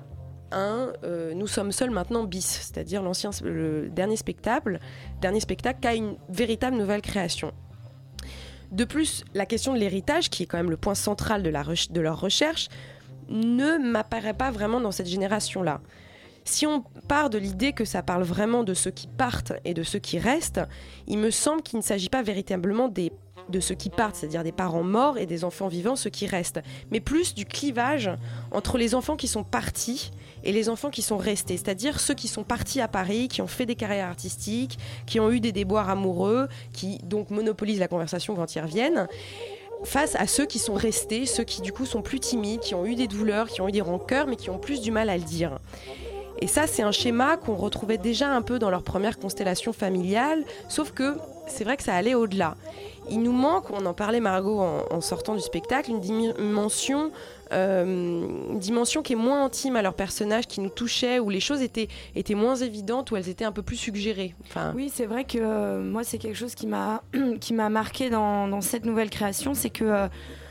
un euh, Nous sommes seuls maintenant bis, c'est-à-dire l'ancien, le dernier spectacle, dernier spectacle qui a une véritable nouvelle création. De plus, la question de l'héritage, qui est quand même le point central de, la re- de leur recherche, ne m'apparaît pas vraiment dans cette génération-là. Si on part de l'idée que ça parle vraiment de ceux qui partent et de ceux qui restent, il me semble qu'il ne s'agit pas véritablement des, de ceux qui partent, c'est-à-dire des parents morts et des enfants vivants, ceux qui restent, mais plus du clivage entre les enfants qui sont partis et les enfants qui sont restés, c'est-à-dire ceux qui sont partis à Paris, qui ont fait des carrières artistiques, qui ont eu des déboires amoureux, qui donc monopolisent la conversation quand ils reviennent, face à ceux qui sont restés, ceux qui du coup sont plus timides, qui ont eu des douleurs, qui ont eu des rancœurs, mais qui ont plus du mal à le dire. Et ça, c'est un schéma qu'on retrouvait déjà un peu dans leur première constellation familiale, sauf que c'est vrai que ça allait au-delà. Il nous manque, on en parlait Margot en, en sortant du spectacle, une dimension, euh, une dimension qui est moins intime à leur personnage, qui nous touchait, où les choses étaient, étaient moins évidentes, où elles étaient un peu plus suggérées. Enfin...
Oui, c'est vrai que euh, moi, c'est quelque chose qui m'a, qui m'a marqué dans, dans cette nouvelle création, c'est que... Euh,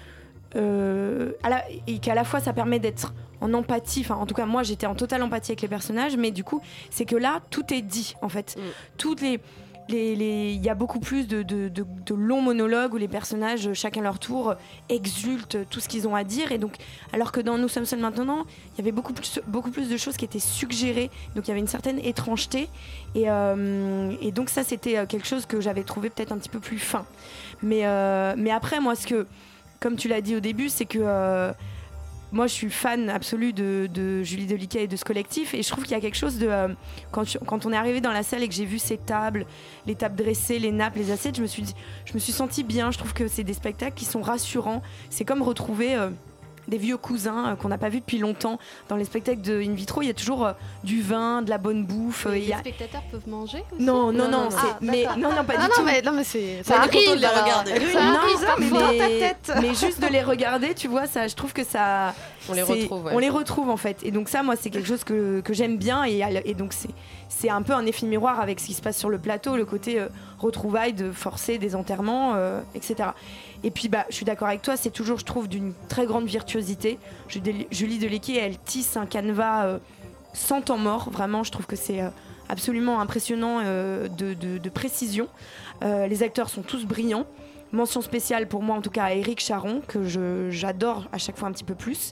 euh, à la, et qu'à la fois, ça permet d'être en empathie, enfin en tout cas moi j'étais en totale empathie avec les personnages, mais du coup c'est que là tout est dit en fait. Mm. Toutes les les les il y a beaucoup plus de, de, de, de longs monologues où les personnages chacun leur tour exultent tout ce qu'ils ont à dire, et donc alors que dans Nous sommes seuls maintenant il y avait beaucoup plus beaucoup plus de choses qui étaient suggérées, donc il y avait une certaine étrangeté, et euh, et donc ça c'était quelque chose que j'avais trouvé peut-être un petit peu plus fin, mais euh, mais après moi ce que, comme tu l'as dit au début, c'est que euh, moi, je suis fan absolue de, de Julie Deliquet et de ce collectif, et je trouve qu'il y a quelque chose de... Euh, quand, je, quand on est arrivé dans la salle et que j'ai vu ces tables, les tables dressées, les nappes, les assiettes, je me suis, dit, je me suis sentie bien. Je trouve que c'est des spectacles qui sont rassurants. C'est comme retrouver... Euh, des vieux cousins euh, qu'on n'a pas vus depuis longtemps. Dans les spectacles de In Vitro, il y a toujours euh, du vin, de la bonne bouffe.
Les
y a...
spectateurs peuvent manger aussi?
Non, non, non,
non,
c'est...
ah,
mais non, non, pas
non,
du
non,
tout.
Mais, non, mais c'est...
Ça arrive de les
regarder.
Ça
non,
arrive,
mais
mais...
dans ta tête.
mais juste de les regarder, tu vois, ça, je trouve que ça...
On les retrouve, ouais.
On les retrouve, en fait. Et donc ça, moi, c'est quelque chose que, que j'aime bien. Et, et donc, c'est, c'est un peu un effet miroir avec ce qui se passe sur le plateau, le côté euh, retrouvailles de forcer des enterrements, euh, et cetera. Et puis, bah, je suis d'accord avec toi, c'est toujours, je trouve, d'une très grande virtuosité. Julie Deliquet, elle tisse un canevas euh, sans temps mort. Vraiment, je trouve que c'est euh, absolument impressionnant euh, de, de, de précision. Euh, les acteurs sont tous brillants. Mention spéciale pour moi, en tout cas, à Éric Charon, que je, j'adore à chaque fois un petit peu plus.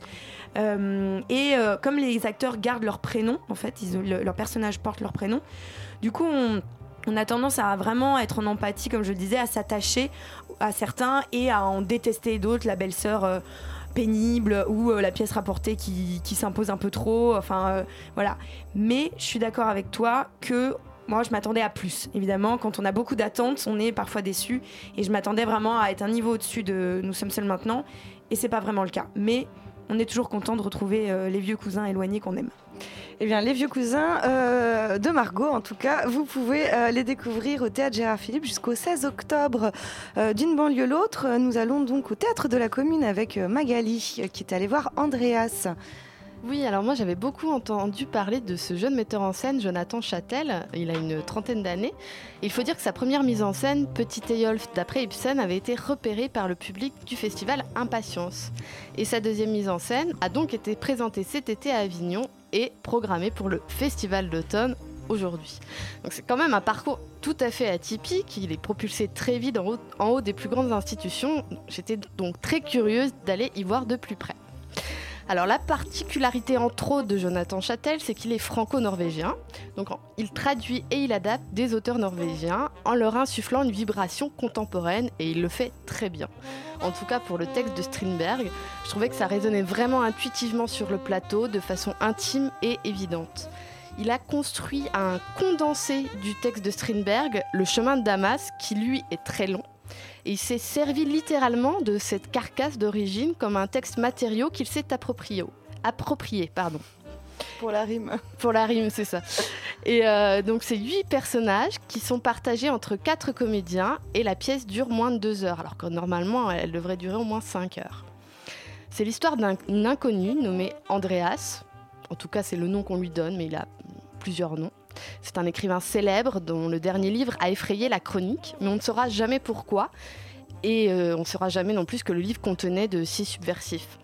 Euh, et euh, comme les acteurs gardent leur prénom, en fait, ils, le, leur personnage porte leur prénom, du coup, on... on a tendance à vraiment être en empathie, comme je le disais, à s'attacher à certains et à en détester d'autres, la belle-sœur euh, pénible ou euh, la pièce rapportée qui, qui s'impose un peu trop, enfin euh, voilà. Mais je suis d'accord avec toi que moi je m'attendais à plus, évidemment. Quand on a beaucoup d'attentes, on est parfois déçu, et je m'attendais vraiment à être un niveau au-dessus de Nous sommes seuls maintenant, et c'est pas vraiment le cas. Mais on est toujours content de retrouver euh, les vieux cousins éloignés qu'on aime.
Eh bien, les vieux cousins euh, de Margot, en tout cas, vous pouvez euh, les découvrir au Théâtre Gérard Philipe jusqu'au seize octobre. Euh, d'une banlieue l'autre, nous allons donc au Théâtre de la Commune avec Magali, euh, qui est allée voir Andreas.
Oui, alors moi j'avais beaucoup entendu parler de ce jeune metteur en scène, Jonathan Châtel. Il a une trentaine d'années. Il faut dire que sa première mise en scène, Petit Eyolf d'après Ibsen, avait été repérée par le public du festival Impatience. Et sa deuxième mise en scène a donc été présentée cet été à Avignon et programmée pour le festival d'automne aujourd'hui. Donc c'est quand même un parcours tout à fait atypique. Il est propulsé très vite en haut, en haut des plus grandes institutions. J'étais donc très curieuse d'aller y voir de plus près. Alors la particularité entre autres de Jonathan Châtel, c'est qu'il est franco-norvégien. Donc il traduit et il adapte des auteurs norvégiens en leur insufflant une vibration contemporaine, et il le fait très bien. En tout cas pour le texte de Strindberg, je trouvais que ça résonnait vraiment intuitivement sur le plateau, de façon intime et évidente. Il a construit un condensé du texte de Strindberg, Le chemin de Damas, qui lui est très long. Et il s'est servi littéralement de cette carcasse d'origine comme un texte matériau qu'il s'est approprié. approprié pardon.
Pour la rime.
Pour la rime, c'est ça. Et euh, donc, c'est huit personnages qui sont partagés entre quatre comédiens, et la pièce dure moins de deux heures, alors que normalement, elle devrait durer au moins cinq heures. C'est l'histoire d'un inconnu nommé Andreas. En tout cas, c'est le nom qu'on lui donne, mais il a plusieurs noms. C'est un écrivain célèbre dont le dernier livre a effrayé la chronique, mais on ne saura jamais pourquoi, et euh, on ne saura jamais non plus ce que le livre contenait de si subversif.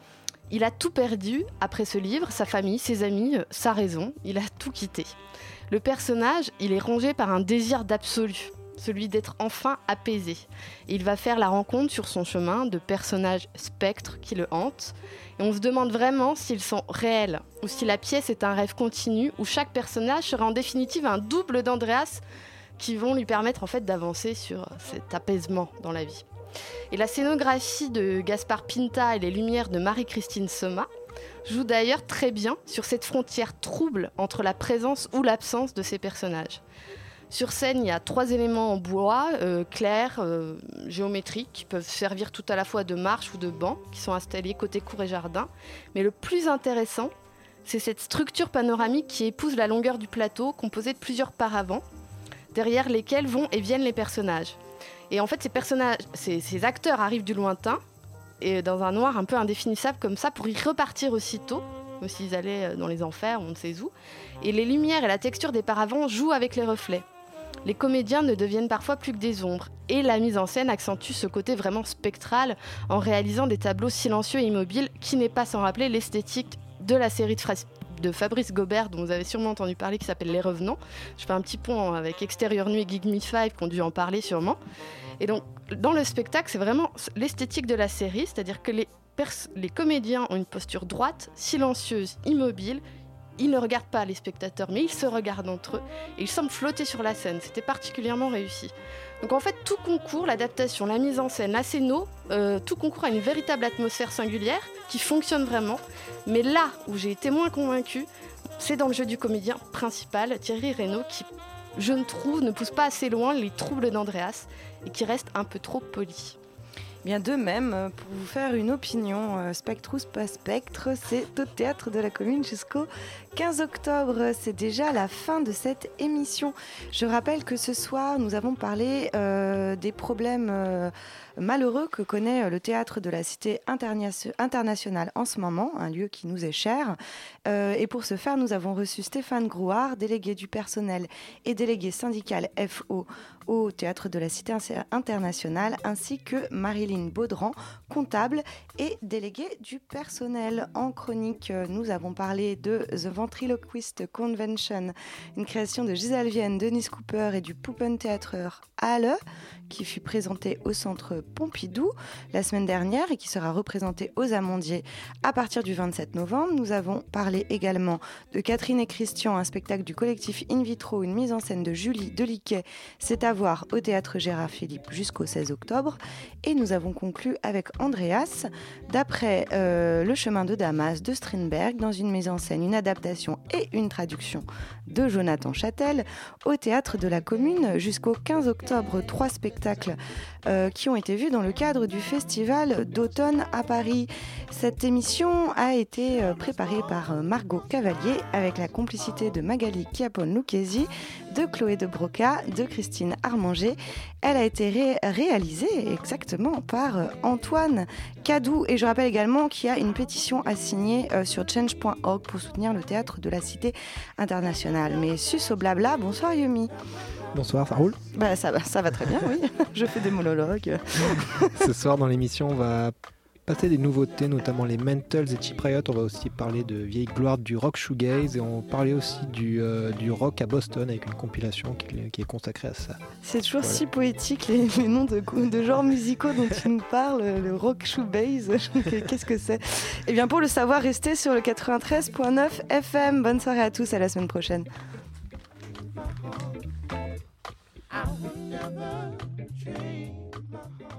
Il a tout perdu après ce livre, sa famille, ses amis, sa raison, il a tout quitté. Le personnage, il est rongé par un désir d'absolu, celui d'être enfin apaisé. Et il va faire la rencontre sur son chemin de personnages spectres qui le hantent. Et on se demande vraiment s'ils sont réels, ou si la pièce est un rêve continu, où chaque personnage sera en définitive un double d'Andreas qui vont lui permettre en fait d'avancer sur cet apaisement dans la vie. Et la scénographie de Gaspard Pinta et les lumières de Marie-Christine Soma jouent d'ailleurs très bien sur cette frontière trouble entre la présence ou l'absence de ces personnages. Sur scène, il y a trois éléments en bois, euh, clairs, euh, géométriques, qui peuvent servir tout à la fois de marche ou de banc, qui sont installés côté cour et jardin. Mais le plus intéressant, c'est cette structure panoramique qui épouse la longueur du plateau, composée de plusieurs paravents, derrière lesquels vont et viennent les personnages. Et en fait, ces personnages, ces, ces acteurs arrivent du lointain, et dans un noir un peu indéfinissable comme ça, pour y repartir aussitôt, comme s'ils allaient dans les enfers, on ne sait où. Et les lumières et la texture des paravents jouent avec les reflets. Les comédiens ne deviennent parfois plus que des ombres, et la mise en scène accentue ce côté vraiment spectral en réalisant des tableaux silencieux et immobiles, qui n'est pas sans rappeler l'esthétique de la série de, Fra- de Fabrice Gobert, dont vous avez sûrement entendu parler, qui s'appelle Les Revenants. Je fais un petit pont avec Extérieur Nuit et Gig Me Five, qui ont dû en parler sûrement. Et donc, dans le spectacle, c'est vraiment l'esthétique de la série, c'est-à-dire que les, pers- les comédiens ont une posture droite, silencieuse, immobile. Ils ne regardent pas les spectateurs, mais ils se regardent entre eux et ils semblent flotter sur la scène. C'était particulièrement réussi. Donc en fait, tout concourt, l'adaptation, la mise en scène, la scéno, euh, tout concourt à une véritable atmosphère singulière qui fonctionne vraiment. Mais là où j'ai été moins convaincue, c'est dans le jeu du comédien principal, Thierry Reynaud, qui, je ne trouve, ne pousse pas assez loin les troubles d'Andreas et qui reste un peu trop poli.
Bien de même, pour vous faire une opinion, euh, spectre ou pas spectre, c'est au Théâtre de la Commune jusqu'au quinze octobre. C'est déjà la fin de cette émission. Je rappelle que ce soir, nous avons parlé euh, des problèmes euh, malheureux que connaît le Théâtre de la Cité interna- internationale en ce moment, un lieu qui nous est cher. Euh, et pour ce faire, nous avons reçu Stéphane Grouard, délégué du personnel et délégué syndical F O au Théâtre de la Cité internationale, ainsi que Marilyn Baudran, comptable et déléguée du personnel. En chronique, nous avons parlé de The Ventriloquist Convention, une création de Gisèle Vienne, Denise Cooper et du Puppentheater Halle, qui fut présentée au Centre Pompidou la semaine dernière et qui sera représentée aux Amandiers à partir du vingt-sept novembre. Nous avons parlé également de Catherine et Christian, un spectacle du collectif In Vitro, une mise en scène de Julie Deliquet. C'est à voir au Théâtre Gérard Philippe jusqu'au seize octobre. Et nous avons conclu avec Andreas, d'après euh, Le chemin de Damas de Strindberg, dans une mise en scène, une adaptation et une traduction de Jonathan Châtel, au Théâtre de la Commune jusqu'au quinze octobre. Trois spectacles euh, qui ont été vus dans le cadre du Festival d'automne à Paris. Cette émission a été euh, préparée par euh, Margot Cavalier avec la complicité de Magali Chiappone-Lucchesi, de Chloé de Broca, de Christine Armanger. Elle a été ré- réalisée exactement par euh, Antoine Cadou. Et je rappelle également qu'il y a une pétition à signer euh, sur change point org pour soutenir le Théâtre de la Cité internationale. Mais sus au blabla, bonsoir Yumi.
Bonsoir, ça roule ?
Bah, ça, va, ça va très bien, oui. Je fais des monologues.
Ce soir, dans l'émission, on va passer des nouveautés, notamment les Mentals et Cheap Riot. On va aussi parler de vieilles gloires du rock shoegaze et on va parler aussi du, euh, du rock à Boston avec une compilation qui, qui est consacrée à ça.
C'est toujours
voilà.
Si poétique les, les noms de, de genres musicaux dont tu nous parles, le rock shoegaze. Qu'est-ce que c'est ? Eh bien, pour le savoir, restez sur le quatre-vingt-treize virgule neuf F M. Bonne soirée à tous, à la semaine prochaine. I would never change my heart.